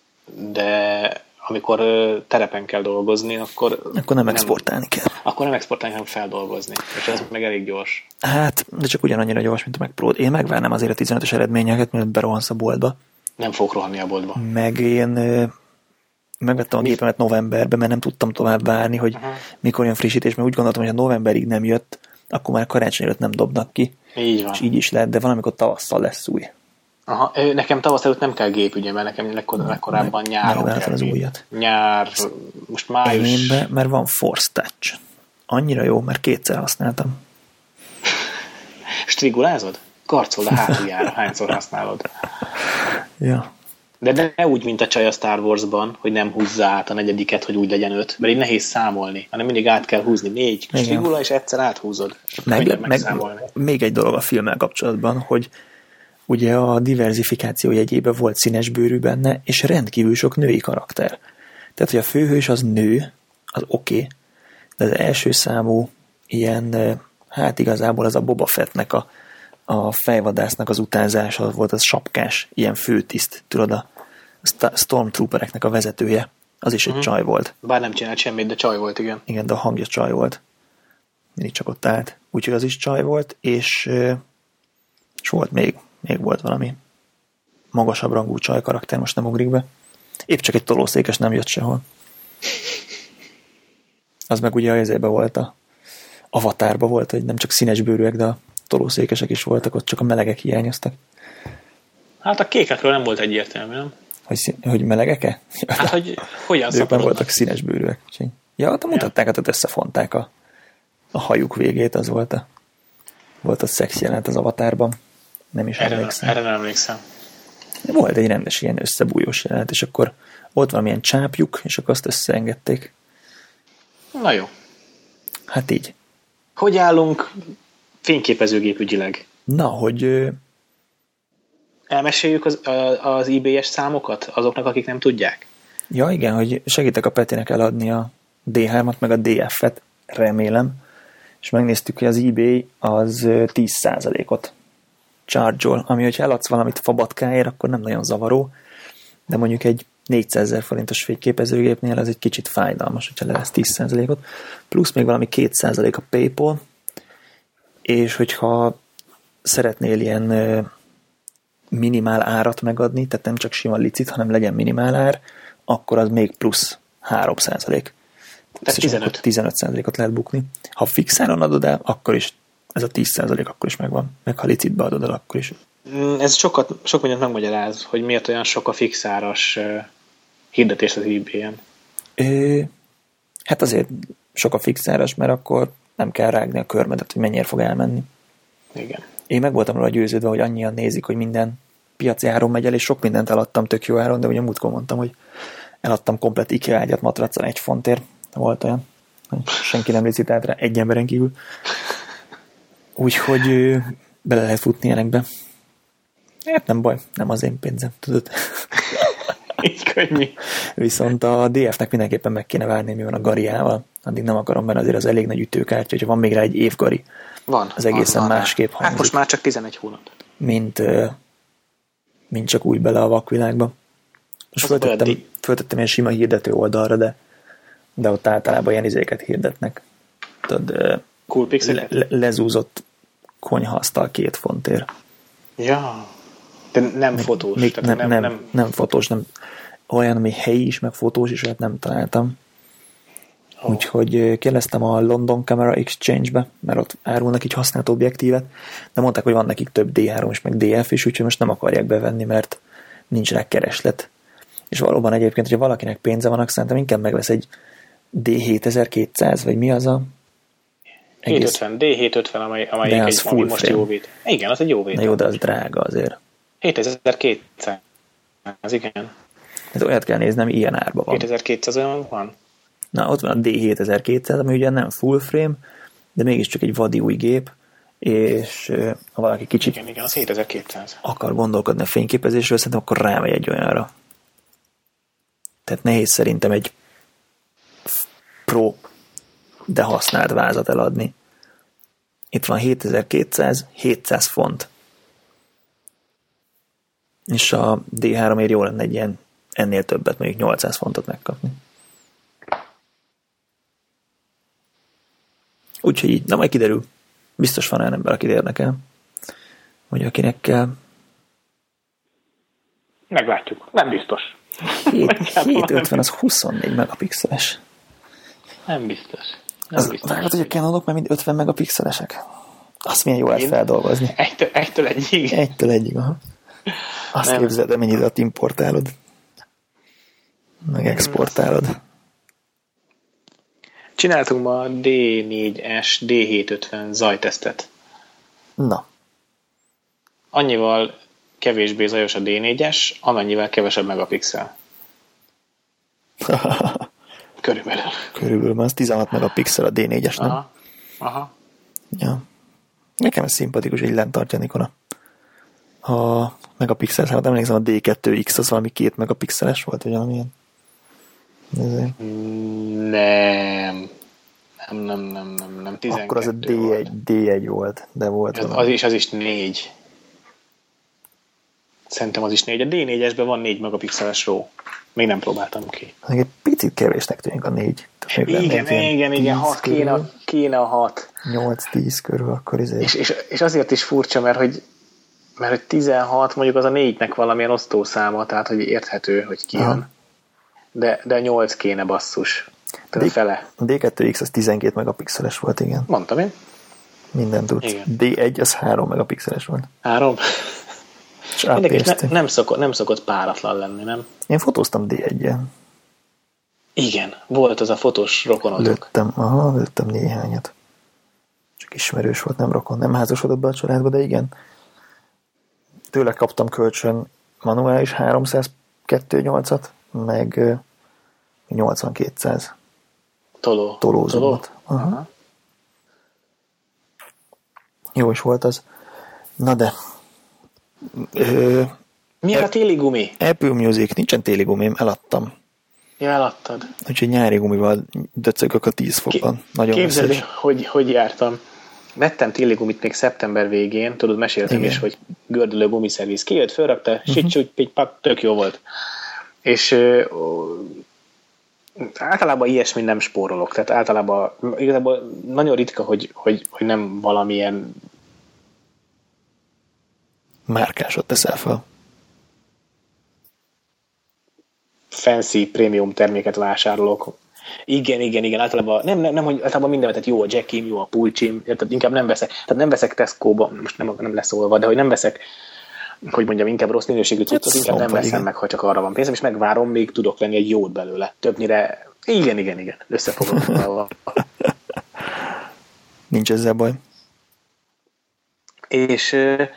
de amikor terepen kell dolgozni, akkor nem exportálni kell. Akkor nem exportálni, hanem feldolgozni. És ez meg elég gyors. Hát, de csak ugyanannyira gyors, mint a Mac Pro. Én megvárnám azért a 15-ös eredményeket, mielőtt berohansz a boltba. Nem fogok rohanni a boltba. Meg én megvettem a gépemet novemberben, mert nem tudtam tovább várni, hogy mikor jön frissítés, mert úgy gondoltam, hogy ha novemberig nem jött, akkor már karácsony előtt nem dobnak ki. Így van. És így is lehet, de valamikor tavasszal lesz új. Aha, nekem tavasz előtt nem kell gép, ugye, mert nekem legkorábban nyáron kell az újat. Nyár, most május. Enyémbe, mert van Force Touch. Annyira jó, mert 2-szer használtam. Strigulázod? Karcold a hátuljára, hányszor használod. Ja. De ne úgy, mint a csaj a Star Wars-ban, hogy nem húzza át a 4, hogy úgy legyen 5, mert így nehéz számolni, hanem mindig át kell húzni 4 strigula, és egyszer áthúzod. Még egy dolog a filmmel kapcsolatban, hogy ugye a diverzifikáció jegyében volt színes bőrű benne, és rendkívül sok női karakter. Tehát, hogy a főhős az nő, az oké, de az első számú ilyen, hát igazából az a Boba Fettnek a fejvadásznak az utázása volt, az sapkás, ilyen főtiszt, tudod, a Stormtroopereknek a vezetője, az is egy csaj volt. Bár nem csinált semmit, de csaj volt, igen. Igen, de a hangja csaj volt. Mindig csak ott állt. Úgyhogy az is csaj volt, és volt még volt valami magasabb rangú csaj karakter, most nem ugrik be. Épp csak egy tolószékes nem jött sehol. Az meg ugye ezért volt a Avatárba volt, hogy nem csak színes bőrűek, de a tolószékesek is voltak, ott csak a melegek hiányoztak. Hát a kékekről nem volt egyértelmű, nem? Hogy melegek-e? Hát, hogy hogyan szaporodnak? Voltak színes bőrűek. Ja, ott mutatták, hogy összefonták a hajuk végét, az volt a szex jelent az Avatárban. Nem is emlékszem. Erre nem emlékszem. Volt egy rendes ilyen összebújós jelent, és akkor ott valamilyen csápjuk, és akkor azt összeengedték. Na jó. Hát így. Hogy állunk fényképezőgépügyileg? Na, hogy... Elmeséljük az IBS számokat azoknak, akik nem tudják? Ja, igen, hogy segítek a Petinek eladni a D3-at, meg a DF-et, remélem, és megnéztük, hogy az eBay az 10%-ot charge-ol, ami, hogyha eladsz valamit fabatkáért, akkor nem nagyon zavaró, de mondjuk egy 400 000 forintos fényképezőgépnél ez egy kicsit fájdalmas, hogyha levesz 10%-ot, plusz még valami 2% a PayPal, és hogyha szeretnél ilyen minimál árat megadni, tehát nem csak sima licit, hanem legyen minimál ár, akkor az még plusz 3%. Tehát 15%-ot lehet bukni. Ha fixáron adod el, akkor is ez a 10% akkor is megvan. Meg ha licitbe adod el, akkor is. Ez sok mindent megmagyaráz, hogy miért olyan sok a fixáras hirdetés az eBay-en. Hát azért sok a fixáras, mert akkor nem kell rágni a körmedet, hogy mennyire fog elmenni. Igen. Én meg voltam róla győződve, hogy annyian nézik, hogy minden piaci áron megy el, és sok mindent eladtam tök jó áron, de ugye múltkor mondtam, hogy eladtam komplet IKEA ágyat matraccal 1 fontért. Volt olyan. Senki nem licitált rá, egy emberen kívül. Úgyhogy bele lehet futni ilyenekbe. Hát nem baj, nem az én pénzem, tudod. Így könnyű. Viszont a DF-nek mindenképpen meg kéne várni, mi van a Gariával. Addig nem akarom, mert azért az elég nagy ütőkártya, hogyha van még rá egy év Gari. Van. Az egészen van másképp hangzik. Hát most már csak 11 hónap. Mint csak úgy bele a vakvilágba. Most föltettem ilyen sima hirdető oldalra, de ott általában ilyen izéket hirdetnek. Tudod, cool pixeleket? Lezúzott konyhaasztal 2 fontért. Ja, de nem fotós. Még nem fotós, nem. Olyan, ami helyi is, meg fotós is, olyat nem találtam. Úgyhogy kérdeztem a London Camera Exchange-be, mert ott árulnak így használt objektívet, de mondták, hogy van nekik több D3 is, meg DF is, úgyhogy most nem akarják bevenni, mert nincs rá kereslet. És valóban egyébként, hogyha valakinek pénze van, szerintem inkább megvesz egy D7200, vagy mi az a... 750, D750, amelyik egy full most jó vét. Igen, az egy jó vét. Na jó, de az drága azért. 7200, igen. Ez olyat kell néznem, ilyen árban van. 7200 olyan van? Na, ott van a D7200, ami ugye nem full frame, de mégiscsak egy vadi új gép, és ha valaki kicsit igen, az 7200. akar gondolkodni a fényképezésről, szerintem akkor rámegy egy olyanra. Tehát nehéz szerintem egy pro, de használt vázat eladni. Itt van 7200, 700 font. És a D3-ért jó lenne egy ilyen ennél többet, mondjuk 800 fontot megkapni. Úgyhogy így, na majd kiderül. Biztos van olyan ember, akit érdekel. Vagy akinek kell. Meglátjuk. Nem biztos. 750 az 24 megapixeles. Nem biztos. Várod, hogy a Canonok már mind 50 megapixelesek? Azt milyen jó lehet feldolgozni. Egytől egyig. Egytől egyig, aha. Azt képzeld, de mennyit importálod. Meg exportálod. Csináltunk ma D4S, D750 zajtesztet. Na. Annyival kevésbé zajos a D4-es, amennyivel kevesebb megapixel. Körülbelül, mert az 16 megapixel a D4-es, nem? Aha. Ja. Nekem ez szimpatikus, így lent tartja Nikon a megapixel számot. Emlékszem, a D2X az valami 2 megapixeles volt, vagy valamilyen. Nem. 12. Akkor az a D1 volt, de volt az is 4. Szerintem az is 4. A D4-esben van 4 megapixeles RAW. Még nem próbáltam ki. Egy picit kevésnek tűnik a 4. Igen, 6 kéne a 6. 8-10 körül, akkor és azért is furcsa, mert hogy 16 mondjuk az a 4-nek valamilyen osztószáma, tehát hogy érthető, hogy ki jön. De 8 kéne basszus. Tehát fele. A D2X az 12 megapixeles volt, igen. Mondtam én. Minden tudsz. Igen. D1 az 3 megapixeles volt. 3? Nem szokott páratlan lenni, nem? Én fotóztam D1-en. Igen, volt az a fotós rokonotok. Lőttem néhányat. Csak ismerős volt, nem rokon. Nem házasodott be a családba, de igen. Tőle kaptam kölcsön manuális 302.8-at, meg 8200 tolózómat. Aha. Jó is volt az. Na de mi a téli gumi? Apple Music, nincsen téli gumim, eladtam. Ja, eladtad. Úgyhogy nyári gumival döcögök a 10 fokban. Nagyon képzeld, hogy jártam. Vettem téli gumit még szeptember végén, tudod, meséltem igen. is, hogy gördülő gumiszerviz kijött, fölrakta, tök jó volt. És általában ilyesmi nem spórolok, tehát általában igazából nagyon ritka, hogy nem valamilyen márkásot teszel fel. fancy, prémium terméket vásárolok. Igen, általában nem, hogy általában minden, tehát jó a jackim, jó a pulcsim, tehát inkább nem veszek, tehát nem veszek Tesco-ba, most nem leszólva, de hogy nem veszek, hogy mondjam, inkább rossz minőségű cuccot, inkább nem veszem meg, ha csak arra van pénzem, és megvárom, még tudok venni egy jót belőle. Többnyire, igen, összefoglalva. Nincs ezzel baj. És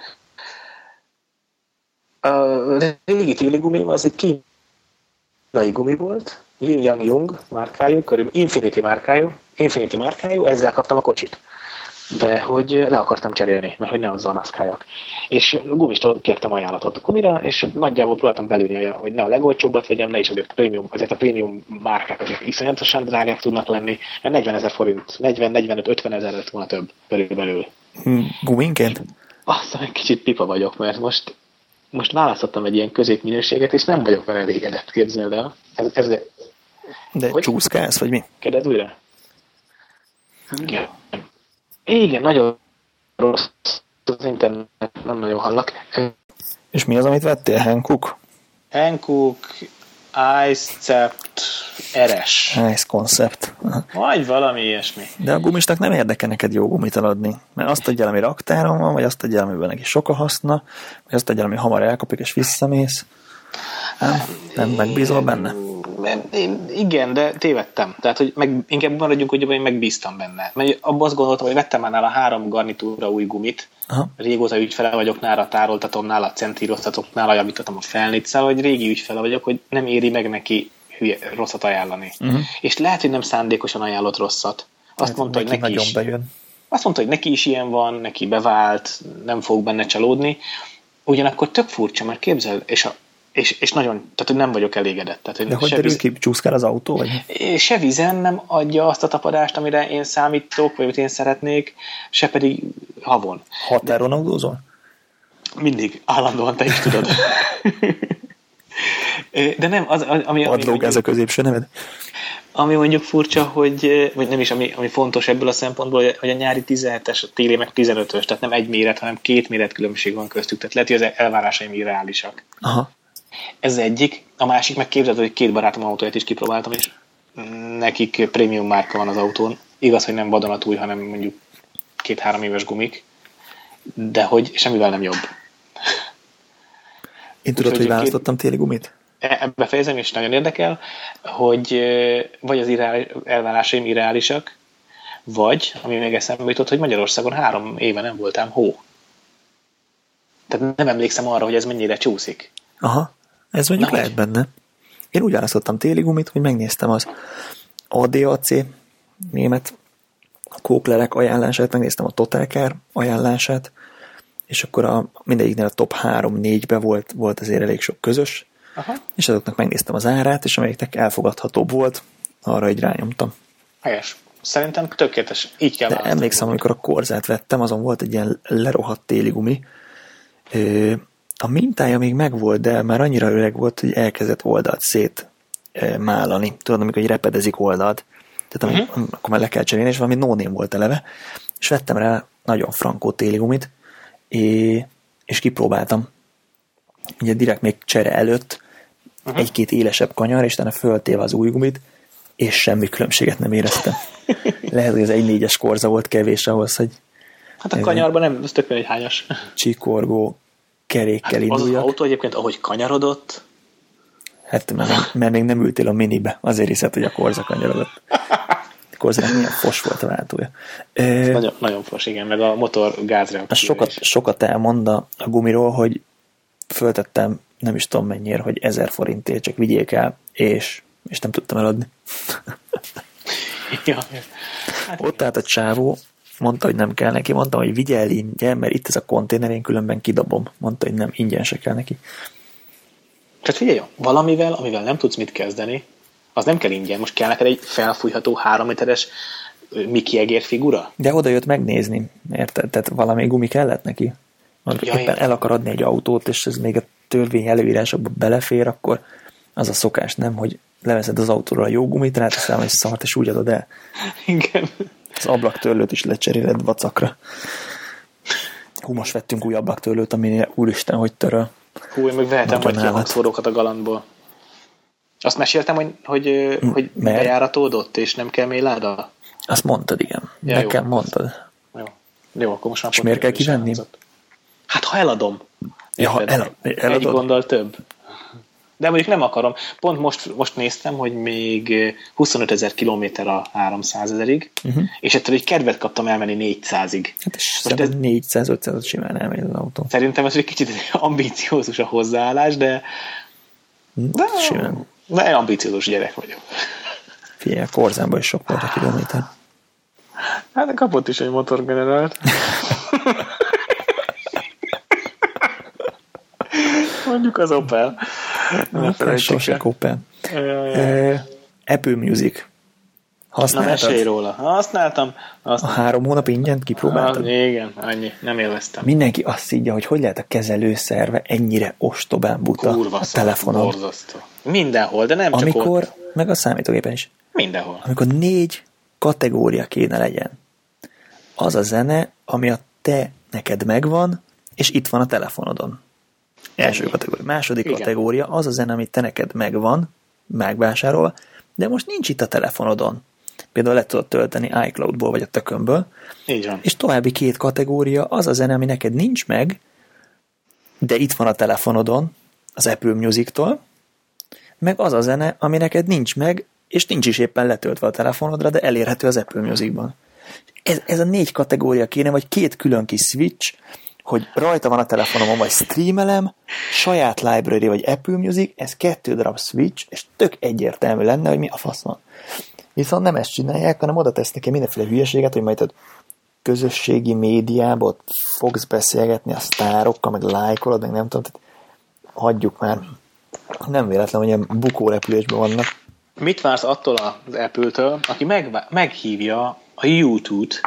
a régi téli gumi az egy kínai gumi volt, Yin Yang Jung márkájú, körülbelül Infinity márkájú, ezzel kaptam a kocsit. De hogy le akartam cserélni, mert hogy ne azzal mászkáljak. És gumistól kértem ajánlatot a gumira, és nagyjából próbáltam belülni, hogy ne a legolcsóbbat vegyem, ne is ezek a prémium márkák, ezek iszonyatosan drágák tudnak lenni, mert 40 000 forint, 40-45-50 ezer lett volna több körülbelül. Guminként? Aztán egy kicsit pipa vagyok, mert most választottam egy ilyen középminőséget, és nem vagyok vele elégedett, képzeld el. De hogy? Csúszkálsz, vagy mi? Kérdezd újra? Igen, nagyon rossz az internet, nem nagyon hallak. És mi az, amit vettél? Hankook? Hankook Ice-Cept RS. Ice Concept. Vagy valami ilyesmi. De a gumistak nem érdekel neked jó gumit eladni. Mert azt adjál, ami raktáron van, vagy azt adjál, amiben neki sok a haszna, vagy azt adjál, ami hamar elkapik, és visszamész. Nem megbízol benne? Igen, de tévedtem. Tehát, hogy inkább maradjunk, hogy én megbíztam benne. Mert abban azt gondoltam, hogy vettem már nála 3 garnitúra új gumit. Aha. Régóta ügyfele vagyok, nála tároltatom, nála centíroztatok, nála javítatom a felnit, szóval, hogy régi ügyfele vagyok, hogy nem éri meg neki rosszat ajánlani. És lehet, hogy nem szándékosan ajánlott rosszat. Azt mondta, hogy neki is. Bejön. Azt mondta, hogy neki is ilyen van, neki bevált, nem fog benne csalódni. Ugyanakkor tök furcsa, mert képzel, és nagyon, tehát hogy nem vagyok elégedett. Tehát, de hogy derül ki, csúszkál az autó? Vagy? Se vizen nem adja azt a tapadást, amire én számítok, vagy amit én szeretnék, se pedig havon. Határon autózol? Mindig, állandóan, te is tudod. De nem, ami Adlógáz a középső neved? Ami mondjuk furcsa, hogy vagy nem is, ami fontos ebből a szempontból, hogy a nyári 17-es, a téli meg 15-ös, tehát nem egy méret, hanem 2 méret különbség van köztük, tehát lehet, hogy az elvárásaim irreálisak. Aha. Ez egyik, a másik meg képzeld, hogy 2 barátom autóját is kipróbáltam, és nekik prémium márka van az autón. Igaz, hogy nem vadonatúj, hanem mondjuk 2-3 éves gumik, de hogy semmivel nem jobb. Én tudod, hogy választottam téli gumit? Ebbe fejezem, és nagyon érdekel, hogy vagy az elvárásaim irreálisak, vagy, ami még eszembe jutott, hogy Magyarországon 3 éve nem voltam hó. Tehát nem emlékszem arra, hogy ez mennyire csúszik. Aha, ez mondjuk lehet benne. Én úgy választottam téli gumit, hogy megnéztem az ADAC német kóklerek ajánlását, megnéztem a Total Car ajánlását, és akkor mindegyiknél a top 3-4-be volt azért elég sok közös, aha. És azoknak megnéztem az árát, és amelyiknek elfogadhatóbb volt, arra így rányomtam. Helyes. Szerintem tökéletes. Így kell választani. Emlékszem, amikor a Corzát vettem, azon volt egy ilyen lerohadt téli gumi. A mintája még megvolt, de már annyira öreg volt, hogy elkezdett oldalt szétmálani. Tudod, amikor repedezik oldalt. Tehát akkor már le kell cserélni, és valami no-name volt eleve. És vettem rá nagyon frankó téli gumit, és kipróbáltam. Ugye direkt még csere előtt egy-két élesebb kanyar, és utána föltéve az új gumit, és semmi különbséget nem éreztem. Lehet, hogy az 1.4-es Corza volt kevés ahhoz, hogy hát a kanyarban nem, ez tök egy hányas. Csikorgó kerékkel induljak. Az autó egyébként, ahogy kanyarodott? Hát mert még nem ültél a minibe, azért hiszed, hogy a Corza kanyarodott. A Corzának milyen fos volt a váltója. Nagyon, nagyon fos, igen, meg a motor gázreakció. Sokat elmond a gumiról, hogy föltettem, nem is tudom mennyire, hogy 1000 forintért, csak vigyék el, és nem tudtam eladni. Ja. Hát ott állt a csávó, mondta, hogy nem kell neki, mondtam, hogy vigye el ingyen, mert itt ez a konténer, én különben kidobom. Mondta, hogy nem, ingyen se kell neki. Tehát figyelj, valamivel, amivel nem tudsz mit kezdeni, Az nem kell ingyen. Most kell neked egy felfújható 3 méteres Mickey Egér figura? De oda jött megnézni, érted? Tehát valami gumi kellett neki. Éppen el akar adni egy autót, és ez még a törvény előírásokba belefér, akkor az a szokás, nem, hogy leveszed az autóról a jó gumit, ráteszem egy szart, és úgy adod el. Igen. Az ablaktörlőt is lecseréled vacakra. Hú, most vettünk új ablaktörlőt, ami úristen, hogy töröl. Hú, én meg vehetem majd ki a hangszórókat a galandból. Azt meséltem, hogy bejáratódott, és nem kell mélyláda? Azt mondtad, igen. Ja, nekem jó. Mondtad. Jó, akkor most már... És miért kell kivenni? Hát, ha eladom. Ja, ha eladod. Egy gonddal több. De mondjuk nem akarom. Pont most néztem, hogy még 25 000 kilométer a 300 000-ig, és ettől egy kedvet kaptam elmenni 400-ig. Hát és 400-500-ot simán elmegy az autó. Szerintem ez egy kicsit ambiciózus a hozzáállás, de simán. De én ambiciózus gyerek vagyok. Figyelj, a Korzánban is sok volt a kilométer. Hát kapott is egy motorgenerált. Mondjuk az Opel. Sosek Opel. Apple Music. Használtad? Na, mesélj róla. Használtam. A 3 hónap ingyen kipróbáltad? Igen, annyi. Nem élveztem. Mindenki azt higgye, hogy lehet a kezelőszerve ennyire ostobán buta kurva a telefonon. Borzasztó. Mindenhol, de nem csak amikor, meg a számítógépen is. Mindenhol. Amikor 4 kategória kéne legyen. Az a zene, ami neked megvan, és itt van a telefonodon. Első kategória. Második kategória, az a zene, ami neked megvan, megvásárolva, de most nincs itt a telefonodon. Például le tudod tölteni iCloud-ból, vagy a tökömből. Így van. És további 2 kategória, az a zene, ami neked nincs meg, de itt van a telefonodon, az Apple Music-tól, meg az a zene, ami neked nincs meg, és nincs is éppen letöltve a telefonodra, de elérhető az Apple Music-ban. Ez a 4 kategória kéne, vagy 2 külön kis switch, hogy rajta van a telefonomon, vagy streamelem, saját library, vagy Apple Music, ez 2 darab switch, és tök egyértelmű lenne, hogy mi a fasz van. Viszont nem ezt csinálják, hanem oda tesznek ki mindenféle hülyeséget, hogy majd a közösségi médiából fogsz beszélgetni a sztárokkal, meg lájkolod, meg nem tudom, tehát hagyjuk már. Nem véletlen, hogy ilyen bukórepülésben vannak. Mit vársz attól az Apple-től, aki meghívja a YouTube-t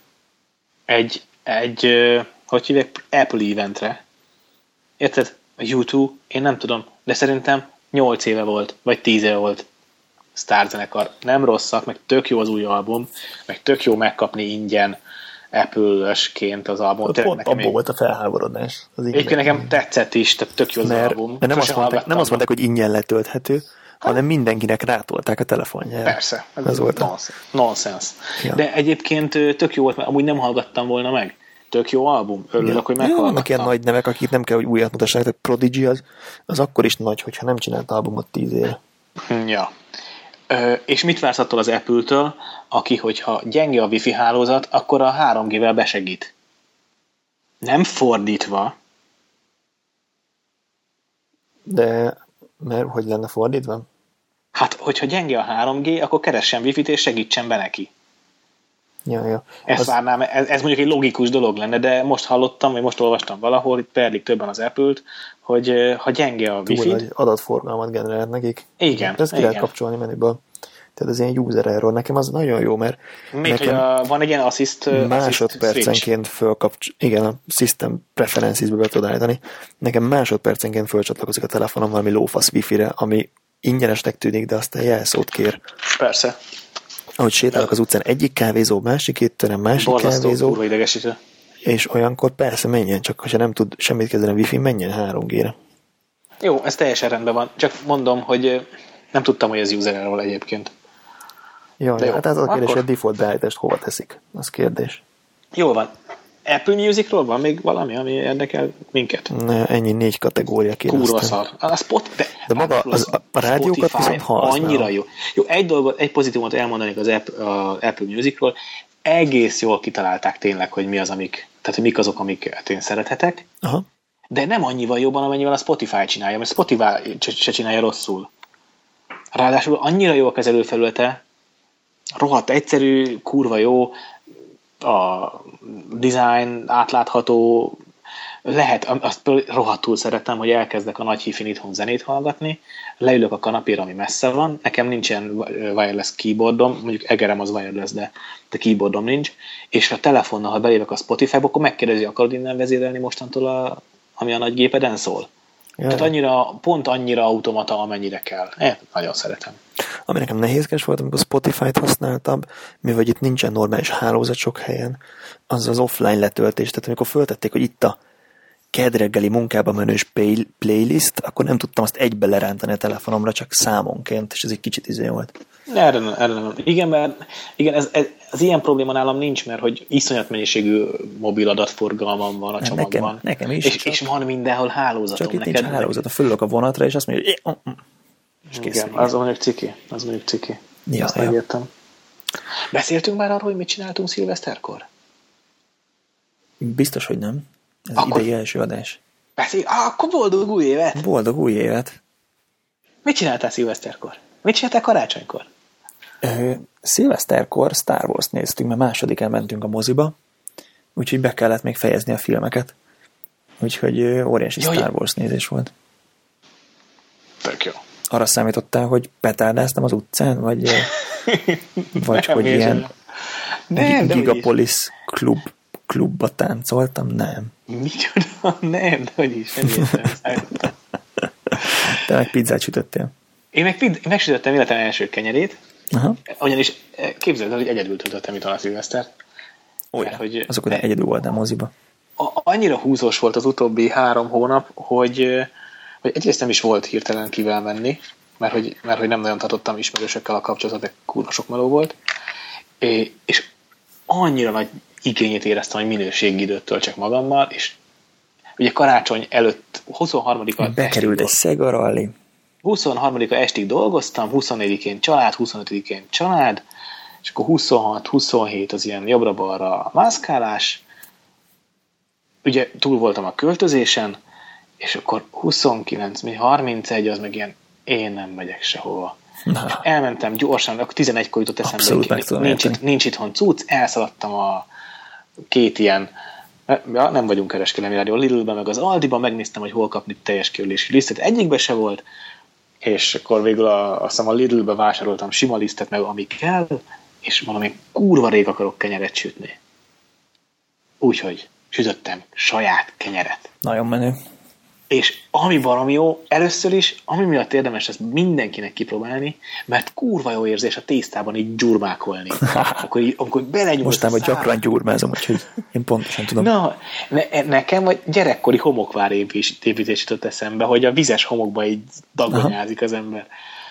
egy hogy hívják, Apple eventre? Érted? A YouTube, én nem tudom, de szerintem 8 éve volt, vagy 10 éve volt sztárzenekar. Nem rosszak, meg tök jó az új album, meg tök jó megkapni ingyen Apple-ösként az albumot. Pont abból volt a felháborodás. Egyébként nekem tetszett is, tehát tök jó az album. De nem azt mondták, hogy ingyen letölthető, hanem mindenkinek rátolták a telefonjára. Persze, ez volt nonsense. Ja. De egyébként tök jó volt, mert amúgy nem hallgattam volna meg. Tök jó album. Örülök, hogy meghallgattam. Vannak ilyen nagy nevek, akik nem kell, hogy újat mutassanak. Tehát Prodigy az akkor is nagy, hogyha nem csinált albumot 10 éve. Ja. És mit vársz attól az Apple-től, aki, hogyha gyenge a Wi-Fi hálózat, akkor a 3G-vel besegít? Nem fordítva. De mert hogy lenne fordítva? Hát, hogyha gyenge a 3G, akkor keressen Wi-Fi-t és segítsen be neki. Ja. Ezt várnám, ez mondjuk egy logikus dolog lenne, de most hallottam, vagy most olvastam valahol, itt perlik többen az Apple-t, hogy ha gyenge a Wi-Fi... Túl nagy adatforgalmat generált nekik. Igen. Ezt ki lehet kapcsolni menüből. Tehát ez ilyen user error. Nekem az nagyon jó, mert még nekem van egy ilyen assist másodpercenként igen, a System Preferences-be be tudod állítani. Nekem másodpercenként fölcsatlakozik a telefonom valami lófasz Wi-Fi-re, ami ingyenesnek tűnik, de aztán jelszót kér. Persze. Ahogy sétálok az utcán, egyik kávézó, másik étterem, másik kávézó. Kurva idegesítő. És olyankor persze menjen, csak ha nem tud semmit kezdeni a Wi-Fi, menjen 3G-re. Jó, ez teljesen rendben van. Csak mondom, hogy nem tudtam, hogy ez user erről egyébként. Ja, hát ez a kérdés, hogy a default beállítást hova teszik. Az kérdés. Jól van. Apple Musicról van még valami, ami érdekel minket? Ennyi 4 kategória kéne. Kurva szar. De maga a rádiókat viszont használ. Annyira jó. Jó, egy pozitívumot elmondanék az Apple Musicról. Egész jól kitalálták tényleg, hogy mi az, tehát hogy mik azok, amiket én szerethetek. Aha. De nem annyival jobban, amennyivel a Spotify csinálja, mert Spotify se csinálja rosszul. Ráadásul annyira jó a kezelőfelülete, rohadt egyszerű, kurva jó, a design átlátható, Lehet, azt rohadtul szeretem, hogy elkezdek a nagy hifin itthon zenét hallgatni, leülök a kanapéra, ami messze van, nekem nincsen wireless keyboardom, mondjuk egerem az wireless, de keyboardom nincs, és a telefonnal, ha belépek a Spotify-ba, akkor megkérdezi, akarod innen vezérelni mostantól, ami a nagy gépeden szól. Jaj. Tehát pont annyira automata, amennyire kell. Nagyon szeretem. Ami nekem nehézkes volt, amikor Spotify-t használtam, mivel itt nincsen normális hálózat sok helyen, az offline letöltés. Tehát amikor föltették, hogy itt a kedreggeli munkába menős playlist, akkor nem tudtam azt egybe lerántani a telefonomra, csak számonként, és ez egy kicsit izé volt. Erre nem. Igen, mert ez az ilyen probléma nálam nincs, mert hogy iszonyat mennyiségű mobil adatforgalmam van a csomagban. Nekem is. És van mindenhol hálózatom. Csak itt nincs hálózat. Fölülök a vonatra, és azt mondja, hogy és kész. Igen, az mondjuk ciki. Ja, azt megértem. Beszéltünk már arról, hogy mit csináltunk szilveszterkor? Biztos, hogy nem. Ez akkor idei első adás. Akkor boldog új évet! Boldog új évet! Mit csináltál szilveszterkor? Mit csináltál karácsonykor? Szilveszterkor Star Wars néztünk, mert másodikán mentünk a moziba, úgyhogy be kellett még fejezni a filmeket. Úgyhogy óriási Star Wars nézés volt. Tök jó. Arra számítottál, hogy petárdáztam az utcán, vagy hogy ilyen Gigapolis klubba táncoltam? Nem. Micsoda? Nem, hogy is. Te meg pizzát sütöttél. Én megsütöttem életem első kenyerét, aha. Ugyanis képzeld el, hogy egyedül töltöttem itt a szilvesztert. Azok után egyedül voltam moziba. Annyira húzós volt az utóbbi 3 hónap, hogy egyrészt nem is volt hirtelen kivel menni, mert hogy nem nagyon tartottam ismerősökkel a kapcsolatot, de kurva sok meló volt. És annyira nagy igényét éreztem, hogy minőségi időt töltsek magammal, és ugye karácsony előtt 23-a bekerült egy Sega Rally. 23-a estig dolgoztam, 24-én család, 25-én család, és akkor 26-27 az ilyen jobbra-balra mászkálás. Ugye túl voltam a költözésen, és akkor 29, 31 az meg ilyen, én nem megyek sehova. És elmentem gyorsan, akkor 11-kor jutott eszembe, hogy nincs itthon cucc, elszaladtam a 2 ilyen, nem vagyunk kereskedelmi rádió, a Lidl-ben meg az Aldiban, megnéztem, hogy hol kapni teljes kerülési lisztet, egyikbe se volt, és akkor végül azt hiszem a Lidl-be vásároltam sima lisztet, meg ami kell, és mondom, én kurva rég akarok kenyeret sütni. Úgyhogy sütöttem saját kenyeret. Nagyon menő. És ami baromi jó, először is, ami miatt érdemes ezt mindenkinek kipróbálni, mert kurva jó érzés a tésztában így gyurmákolni. Amikor belenyúlsz. Mostában gyakran gyurmázom, úgyhogy én pontosan tudom. Na, nekem a gyerekkori homokvár építés jutott eszembe, hogy a vizes homokba így dagonyázik az ember.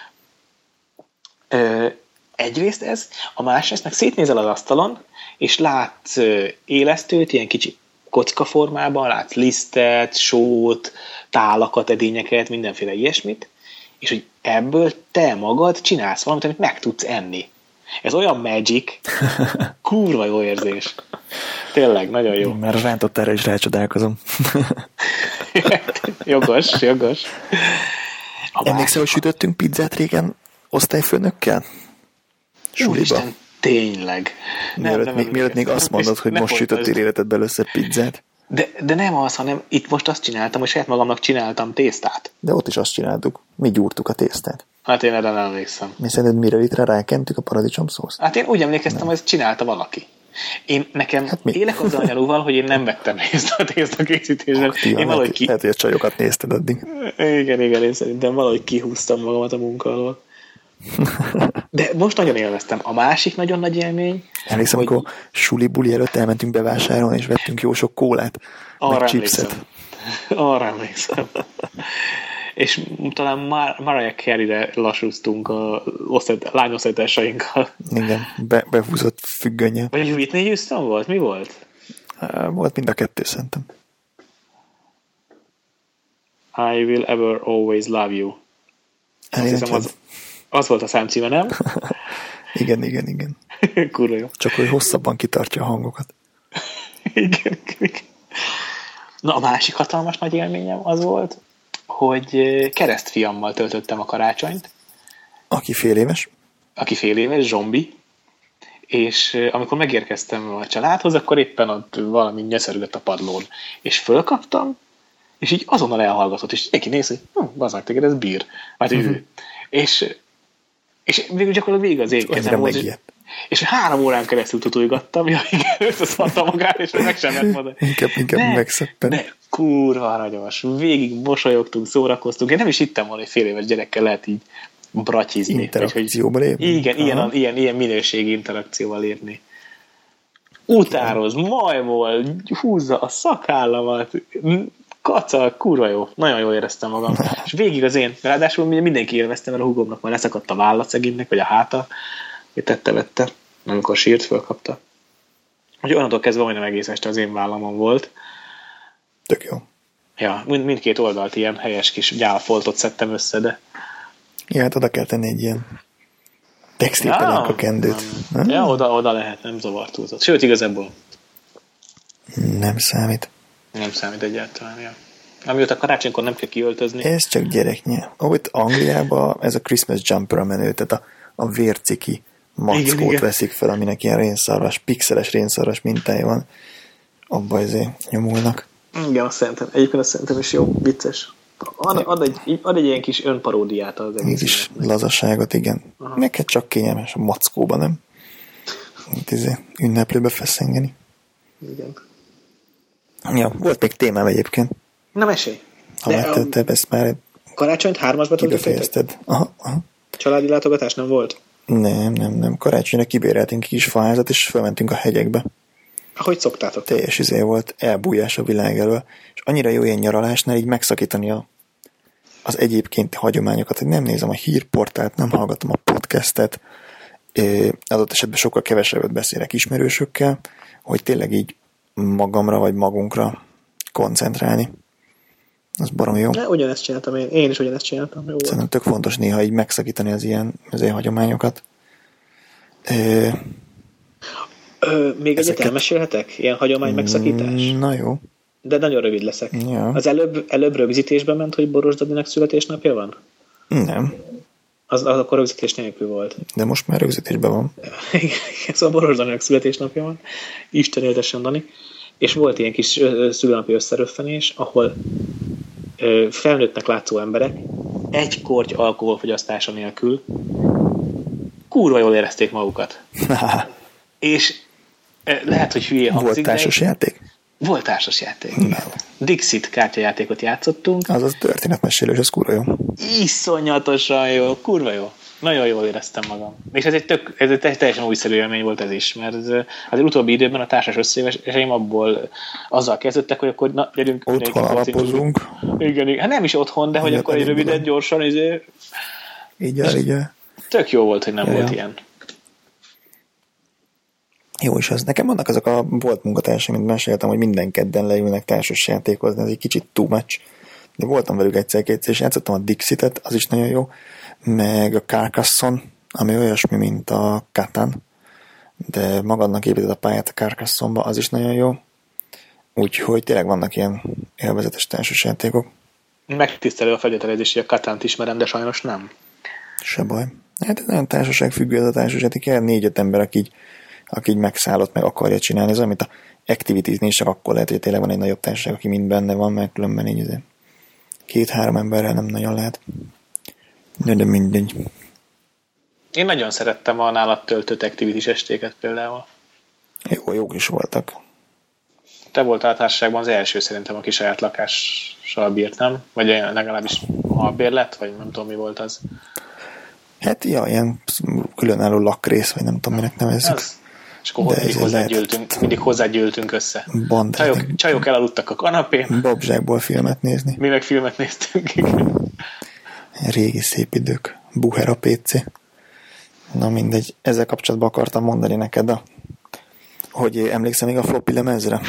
Egyrészt ez, a másrészt meg szétnézel az asztalon, és látsz élesztőt, ilyen kicsi kocka formában, látsz lisztet, sót, tálakat, edényeket, mindenféle ilyesmit, és hogy ebből te magad csinálsz valamit, amit meg tudsz enni. Ez olyan magic, kurva jó érzés. Tényleg, nagyon jó. Már a rántottára is rácsodálkozom. Jogos. Emlékszel, hogy sütöttünk pizzát régen osztályfőnökkel? Suliba. Úristen, tényleg. Mielőtt még azt mondod, hogy most sütöttél életedben először pizzát. De nem az, hanem itt most azt csináltam, hogy saját magamnak csináltam tésztát. De ott is azt csináltuk. Mi gyúrtuk a tésztát. Hát én erre nem emlékszem. Mi szerinted mire litre rákentük a paradicsomszószt? Hát én úgy emlékeztem, hogy ezt csinálta valaki. Élek azzal a gyanúval, hogy én nem vettem részt a tészta készítésben. Lehet, hogy a csajokat nézted addig. Igen, én szerintem valahogy kihúztam magamat a munka alól. De most nagyon élveztem. A másik nagyon nagy élmény... Emlékszem, hogy amikor suli-buli előtt elmentünk bevásárolni, és vettünk jó sok kólát, meg chipset. Arra emlékszem. És talán Mariah Carey-re lassúztunk a lányosztálytársainkkal. Igen, behúzott függönnye. Vagy Whitney Houston volt? Mi volt? Volt mind a kettő, szerintem. I will ever always love you. Azt hiszem, az volt a számcíme, nem? Igen. Kurva jó. Csak hogy hosszabban kitartja a hangokat. Igen. Na, a másik hatalmas nagy élményem az volt, hogy keresztfiammal töltöttem a karácsonyt. Aki fél éves, Zsombi. és amikor megérkeztem a családhoz, akkor éppen ott valami nyöszörgött a padlón. És fölkaptam, és így azonnal elhallgatott, és neki néz, hogy bazdmeg, téged ez bír. Majd ő. És végül gyakorlatilag végig az én kezem volt. És 3 órán keresztül tutulgattam, amíg összeszarta magát, és meg sem lehet mondani. Inkább megszeppen. De kurva aranyos. Végig mosolyogtunk, szórakoztunk. Én nem is hittem volna, hogy fél éves gyerekkel lehet így bratyizni. Interakcióval érni? Igen, ilyen minőségi interakcióval érni. Utároz, majmol, húzza a szakállamat, kacal, kurva jó. Nagyon jól éreztem magam. És végig az én, ráadásul mindenki élvezte, mert a húgomnak már leszakadt a válla szegénynek, vagy a háta, hogy tette-vette, amikor sírt, fölkapta. Hogy onnantól kezdve majdnem egész este az én vállamon volt. Tök jó. Ja, mindkét oldalt ilyen helyes kis gyálfoltot szedtem össze, de... Ja, hát oda kell tenni egy ilyen textilpelenka kendőt. Ja, oda lehet, nem zavart túlzott. Sőt, igazából nem számít. Nem számít egyáltalán, ja. Amióta karácsonykor nem kell kiöltözni. Ez csak gyereknyel. Ahogy Angliában ez a Christmas jumper a menő, tehát a vérciki mackót veszik fel, aminek ilyen rénszarvas, pixeles rénszarvas mintája van. Abba ezért nyomulnak. Igen, egyébként azt szerintem is jó, vicces. Ad egy ilyen kis önparódiát az egész. Kis lazaságot, igen. Aha. Neked csak kényelmes a mackóba, nem? Ünneplőbe feszengeni. Igen. Ja, volt még témám egyébként. Na, mesélj. Te ezt már karácsonyt 3-asba töltöttétek? Aha. Családi látogatás nem volt? Nem. Karácsonyra kibéreltünk egy kis faházat, és felmentünk a hegyekbe. Ahogy szoktátok? Teljes volt, elbújás a világ elől. És annyira jó ilyen nyaralásnál így megszakítani az egyébként hagyományokat, hogy nem nézem a hírportált, nem hallgatom a podcastet, adott esetben sokkal kevesebbet beszélek ismerősökkel, hogy tényleg így magamra vagy magunkra koncentrálni. Az baromi jó. Ugyanezt csináltam én is ugyanezt csináltam. Jó szerintem volt. Tök fontos néha így megszakítani az ilyen hagyományokat. Még egyet elmesélhetek? Ilyen hagyomány megszakítás? Na jó. De nagyon rövid leszek. Ja. Az előbb rögzítésben ment, hogy Boros Dominak születésnapja van? Nem. Az akkor rögzítés nélkül volt. De most már rögzítésben van. Igen, szóval Boros Dominak születésnapja van. Isten éltessen, Dani. És volt ilyen kis szülőnapi összeröffenés, ahol felnőttnek látszó emberek egy korty alkoholfogyasztása nélkül kurva jól érezték magukat. És lehet, hogy hülye hangzik. Volt társasjáték? Volt társasjáték. Dixit kártyajátékot játszottunk. Azaz történetmesélős, ez kurva jó. Iszonyatosan jó, kurva jó. Nagyon jól éreztem magam. És ez egy teljesen újszerű élmény volt ez is, mert az utóbbi időben a társas összeéveseim abból azzal kezdődtek, hogy akkor na, gyerünk. Otthon alapozunk. Igen. Hát nem is otthon, de hogy akkor egy röviden, gyorsan. Így el. Tök jó volt, hogy nem volt ilyen. Jó, és az nekem vannak azok a volt munkatársaim, mint meséltem, hogy minden kedden leülnek társas játékozni, ez egy kicsit too much. De voltam velük egyszer-kétszer, és játszottam a Dixitet, az is nagyon jó, meg a Carcassonne, ami olyasmi, mint a Catan, de magadnak építed a pályát a Carcassonne-ba, az is nagyon jó. Úgyhogy tényleg vannak ilyen élvezetes társas játékok. Megtisztelő a feltételezés, hogy a Catant ismerem, de sajnos nem. Se baj. Hát ez nagyon társaságfüggő ez a társasjáték, kell 4-5 ember, aki így megszállott, meg akarja csinálni. Ez olyan, mint a Activities-nél csak akkor lehet, hogy tényleg van egy nagyobb társaság, aki mind benne van, mert különben így 2-3 emberrel nem nagyon lehet. De mindegy. Én nagyon szerettem a nálad töltött Activities estéket például. Jók is voltak. Te voltál társaságban az első szerintem, aki saját lakással bírt, nem? Vagy legalábbis albérlet, vagy nem tudom mi volt az. Hát ilyen különálló lakrész, vagy nem tudom minek nevezzük. És akkor mindig hozzágyűltünk össze. Csajok elaludtak a kanapén. Babzsákból filmet nézni. Mi meg filmet néztünk. Régi szép idők. Buhera PC. Na mindegy. Ezzel kapcsolatban akartam mondani neked, hogy emlékszem még a floppy lemezre?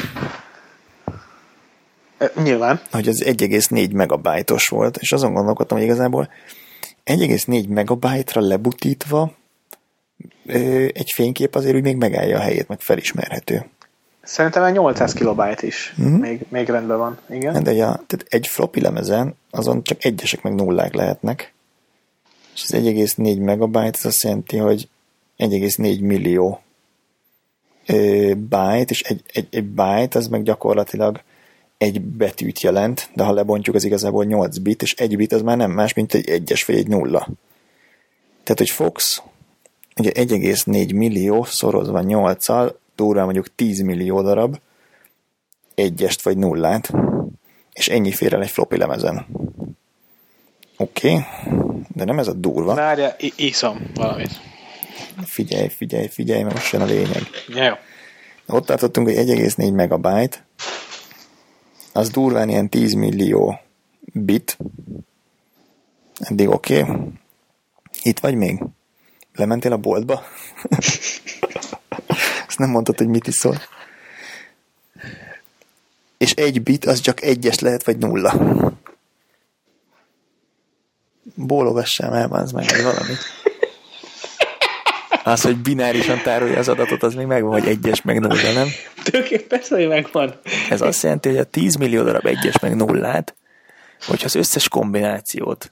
Nyilván. Hogy az 1,4 megabájtos volt, és azon gondolkodtam, hogy igazából 1,4 megabájtra lebutítva egy fénykép azért úgy még megállja a helyét, meg felismerhető. Szerintem egy 800 kilobájt is. Még rendben van. Igen. De tehát egy floppy lemezen azon csak egyesek meg nullák lehetnek. És az 1,4 megabájt az azt jelenti, hogy 1,4 millió byte, és egy byte az meg gyakorlatilag egy betűt jelent, de ha lebontjuk, az igazából 8 bit, és egy bit az már nem más, mint egy 1-es vagy egy 0. Tehát, hogy Fox ugye 1,4 millió szorozva 8-al, durván mondjuk 10 millió darab 1-est vagy 0-át, és ennyi fér el egy floppy lemezen. Oké, de nem ez a durva. Várja, iszom valamit. Figyelj, mert most jön a lényeg. Ja, jó. Ott tartottunk, hogy 1,4 megabyte, az durván ilyen 10 millió bit. Eddig oké. Itt vagy még? Lementél a boltba? Azt nem mondtad, hogy mit iszol. És egy bit, az csak 1-es lehet, vagy 0. Bólogassál már, az meg valamit. Az, hogy binárisan tárolja az adatot, az még megvan, hogy 1-es meg 0, nem? Tőképp persze, hogy megvan. Ez azt jelenti, hogy a 10 millió darab 1-es meg 0-át, hogyha az összes kombinációt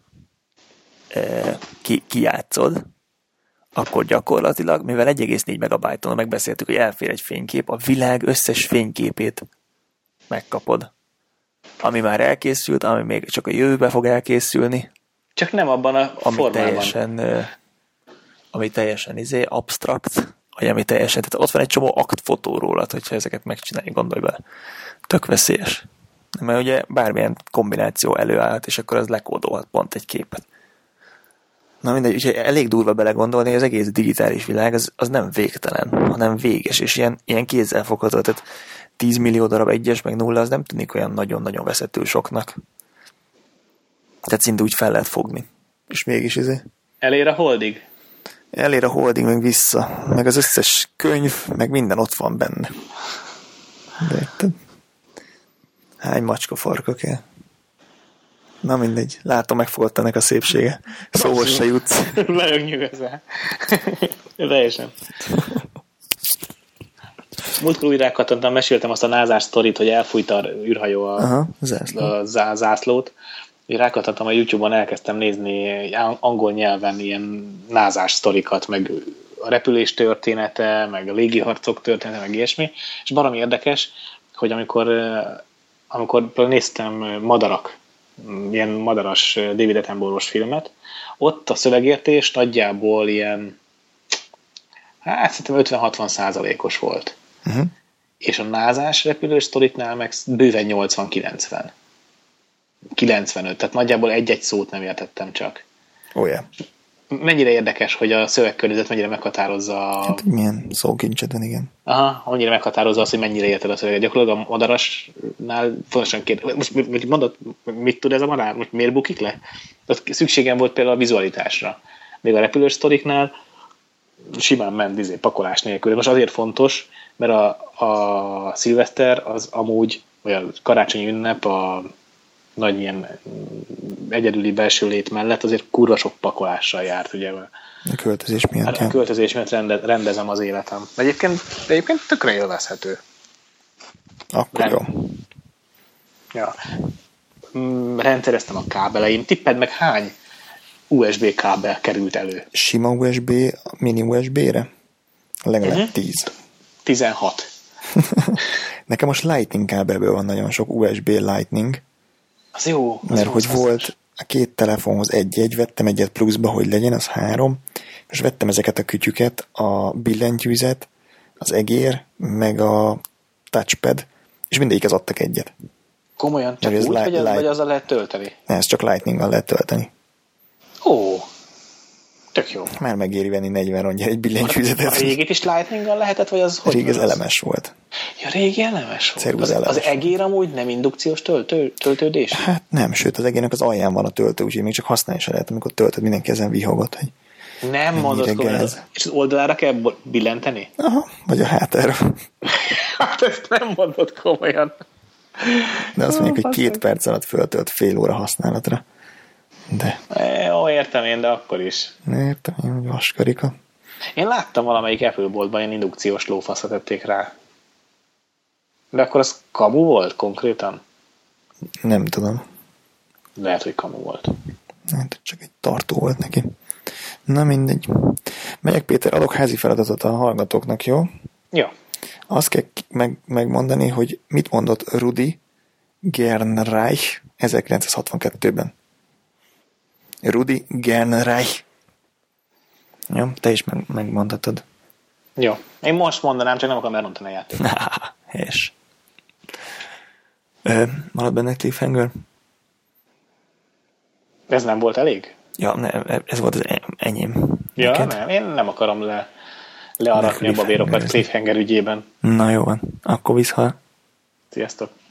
kijátszod, akkor gyakorlatilag, mivel 1,4 megabájton megbeszéltük, hogy elfér egy fénykép, a világ összes fényképét megkapod. Ami már elkészült, ami még csak a jövőbe fog elkészülni. Csak nem abban a formában. Ami teljesen absztrakt, vagy ami teljesen, tehát ott van egy csomó aktfotó rólad, hogyha ezeket megcsinálni, gondolj bele. Tök veszélyes. Mert ugye bármilyen kombináció előállt, és akkor az lekódolhat pont egy képet. Na mindegy, úgyhogy elég durva belegondolni, hogy az egész digitális világ az nem végtelen, hanem véges, és ilyen kézzelfogható, tehát 10 millió darab 1-es meg 0, az nem tűnik olyan nagyon-nagyon veszettül soknak. Tehát szinte úgy fel lehet fogni. És mégis Elér a holdig? Elér a holdig, meg vissza. Meg az összes könyv, meg minden ott van benne. De érted? Hány macska farka kell? Na mindegy. Látom, megfogott ennek a szépsége. Szóhoz se jutsz. Nagyon nyugodsz. Teljesen. Múltkor újra kattantam, meséltem azt a názás sztorit, hogy elfújta a űrhajó a zászlót. Rákattantam a YouTube-on, elkezdtem nézni angol nyelven ilyen názás sztorikat, meg a repülés története, meg a légiharcok története, meg ilyesmi. És baromi érdekes, hogy amikor néztem madarak, ilyen madaras David Attenborough-os filmet, ott a szövegértés nagyjából ilyen, szerintem 50-60%-os volt. Uh-huh. És a názás repülős sztoritnál meg bőven 80-90. 95, tehát nagyjából egy-egy szót nem értettem csak. Yeah. Mennyire érdekes, hogy a szövegkörnyezet mennyire meghatározza... Hát milyen szókincsed van, igen. Aha, annyira meghatározza azt, hogy mennyire érted a szöveget. Gyakorlatilag a madarasnál fontosan most mondod, mit tud ez a madár? Most miért bukik le? Szükségem volt például a vizualitásra. Még a repülős sztoriknál simán ment pakolás nélkül. Most azért fontos, mert a szilveszter az amúgy, vagy a karácsonyi ünnep a nagy ilyen egyedüli belső lét mellett azért kurva sok pakolással járt, ugye. A költözés miatt. A költözés miatt rendezem az életem. Egyébként tökre élvezhető. Akkor jó. Ja. Rendszereztem a kábeleim. Tipped meg hány USB kábel került elő? Sima USB, mini USB-re? Legalább 10. 16. Nekem most Lightning kábelből van nagyon sok, USB Lightning. Az jó. Mert hogy volt a 2 telefonhoz egy, vettem egyet pluszba, hogy legyen, az 3, és vettem ezeket a kütyüket, a billentyűzet, az egér, meg a touchpad, és mindegyik adtak egyet. Komolyan? Csak úgy, vagy azzal lehet tölteni? Ne, ez csak Lightning-gal lehet tölteni. Ó, tök jó. Már megéri venni 40 rongyra egy billentyűzetet. A régit is Lightning-gal lehetett, vagy az hogy? Rég ez elemes volt. Ja, régi elemes volt. Az egér amúgy nem indukciós töltődés? Hát nem, sőt az egérnek az alján van a töltő, úgyhogy még csak használni se lehet, amikor töltöd, mindenki ezen vihogott, hogy nem mondod komolyan. És az oldalára kell billenteni? Aha, vagy a hátára. Hát ezt nem mondod komolyan. De azt mondjuk, hogy 2 perc alatt föltölt fél óra használatra. De... Jó, értem én, de akkor is. Értem én, hogy vaskarika. Én láttam valamelyik Apple boltban ilyen indukciós lófaszra tették rá. De akkor az kamu volt konkrétan? Nem tudom. Lehet, hogy kamu volt. Hát csak egy tartó volt neki. Na mindegy. Megyek, Péter, adok házi feladatot a hallgatóknak, jó? Jó. Azt kell megmondani, hogy mit mondott Rudi Gernreich 1962-ben. Rudi Gernreich. Ja, te is megmondhatod. Jó. Én most mondanám, csak nem akarom elrontani a játékot. Helyes. Marad benne egy cliffhanger? Ez nem volt elég? Ja, ne, ez volt az enyém. Ja, neked? nem. Én nem akarom learatni a babérokat cliffhanger ügyében. Na jó van. Akkor vissza. Sziasztok.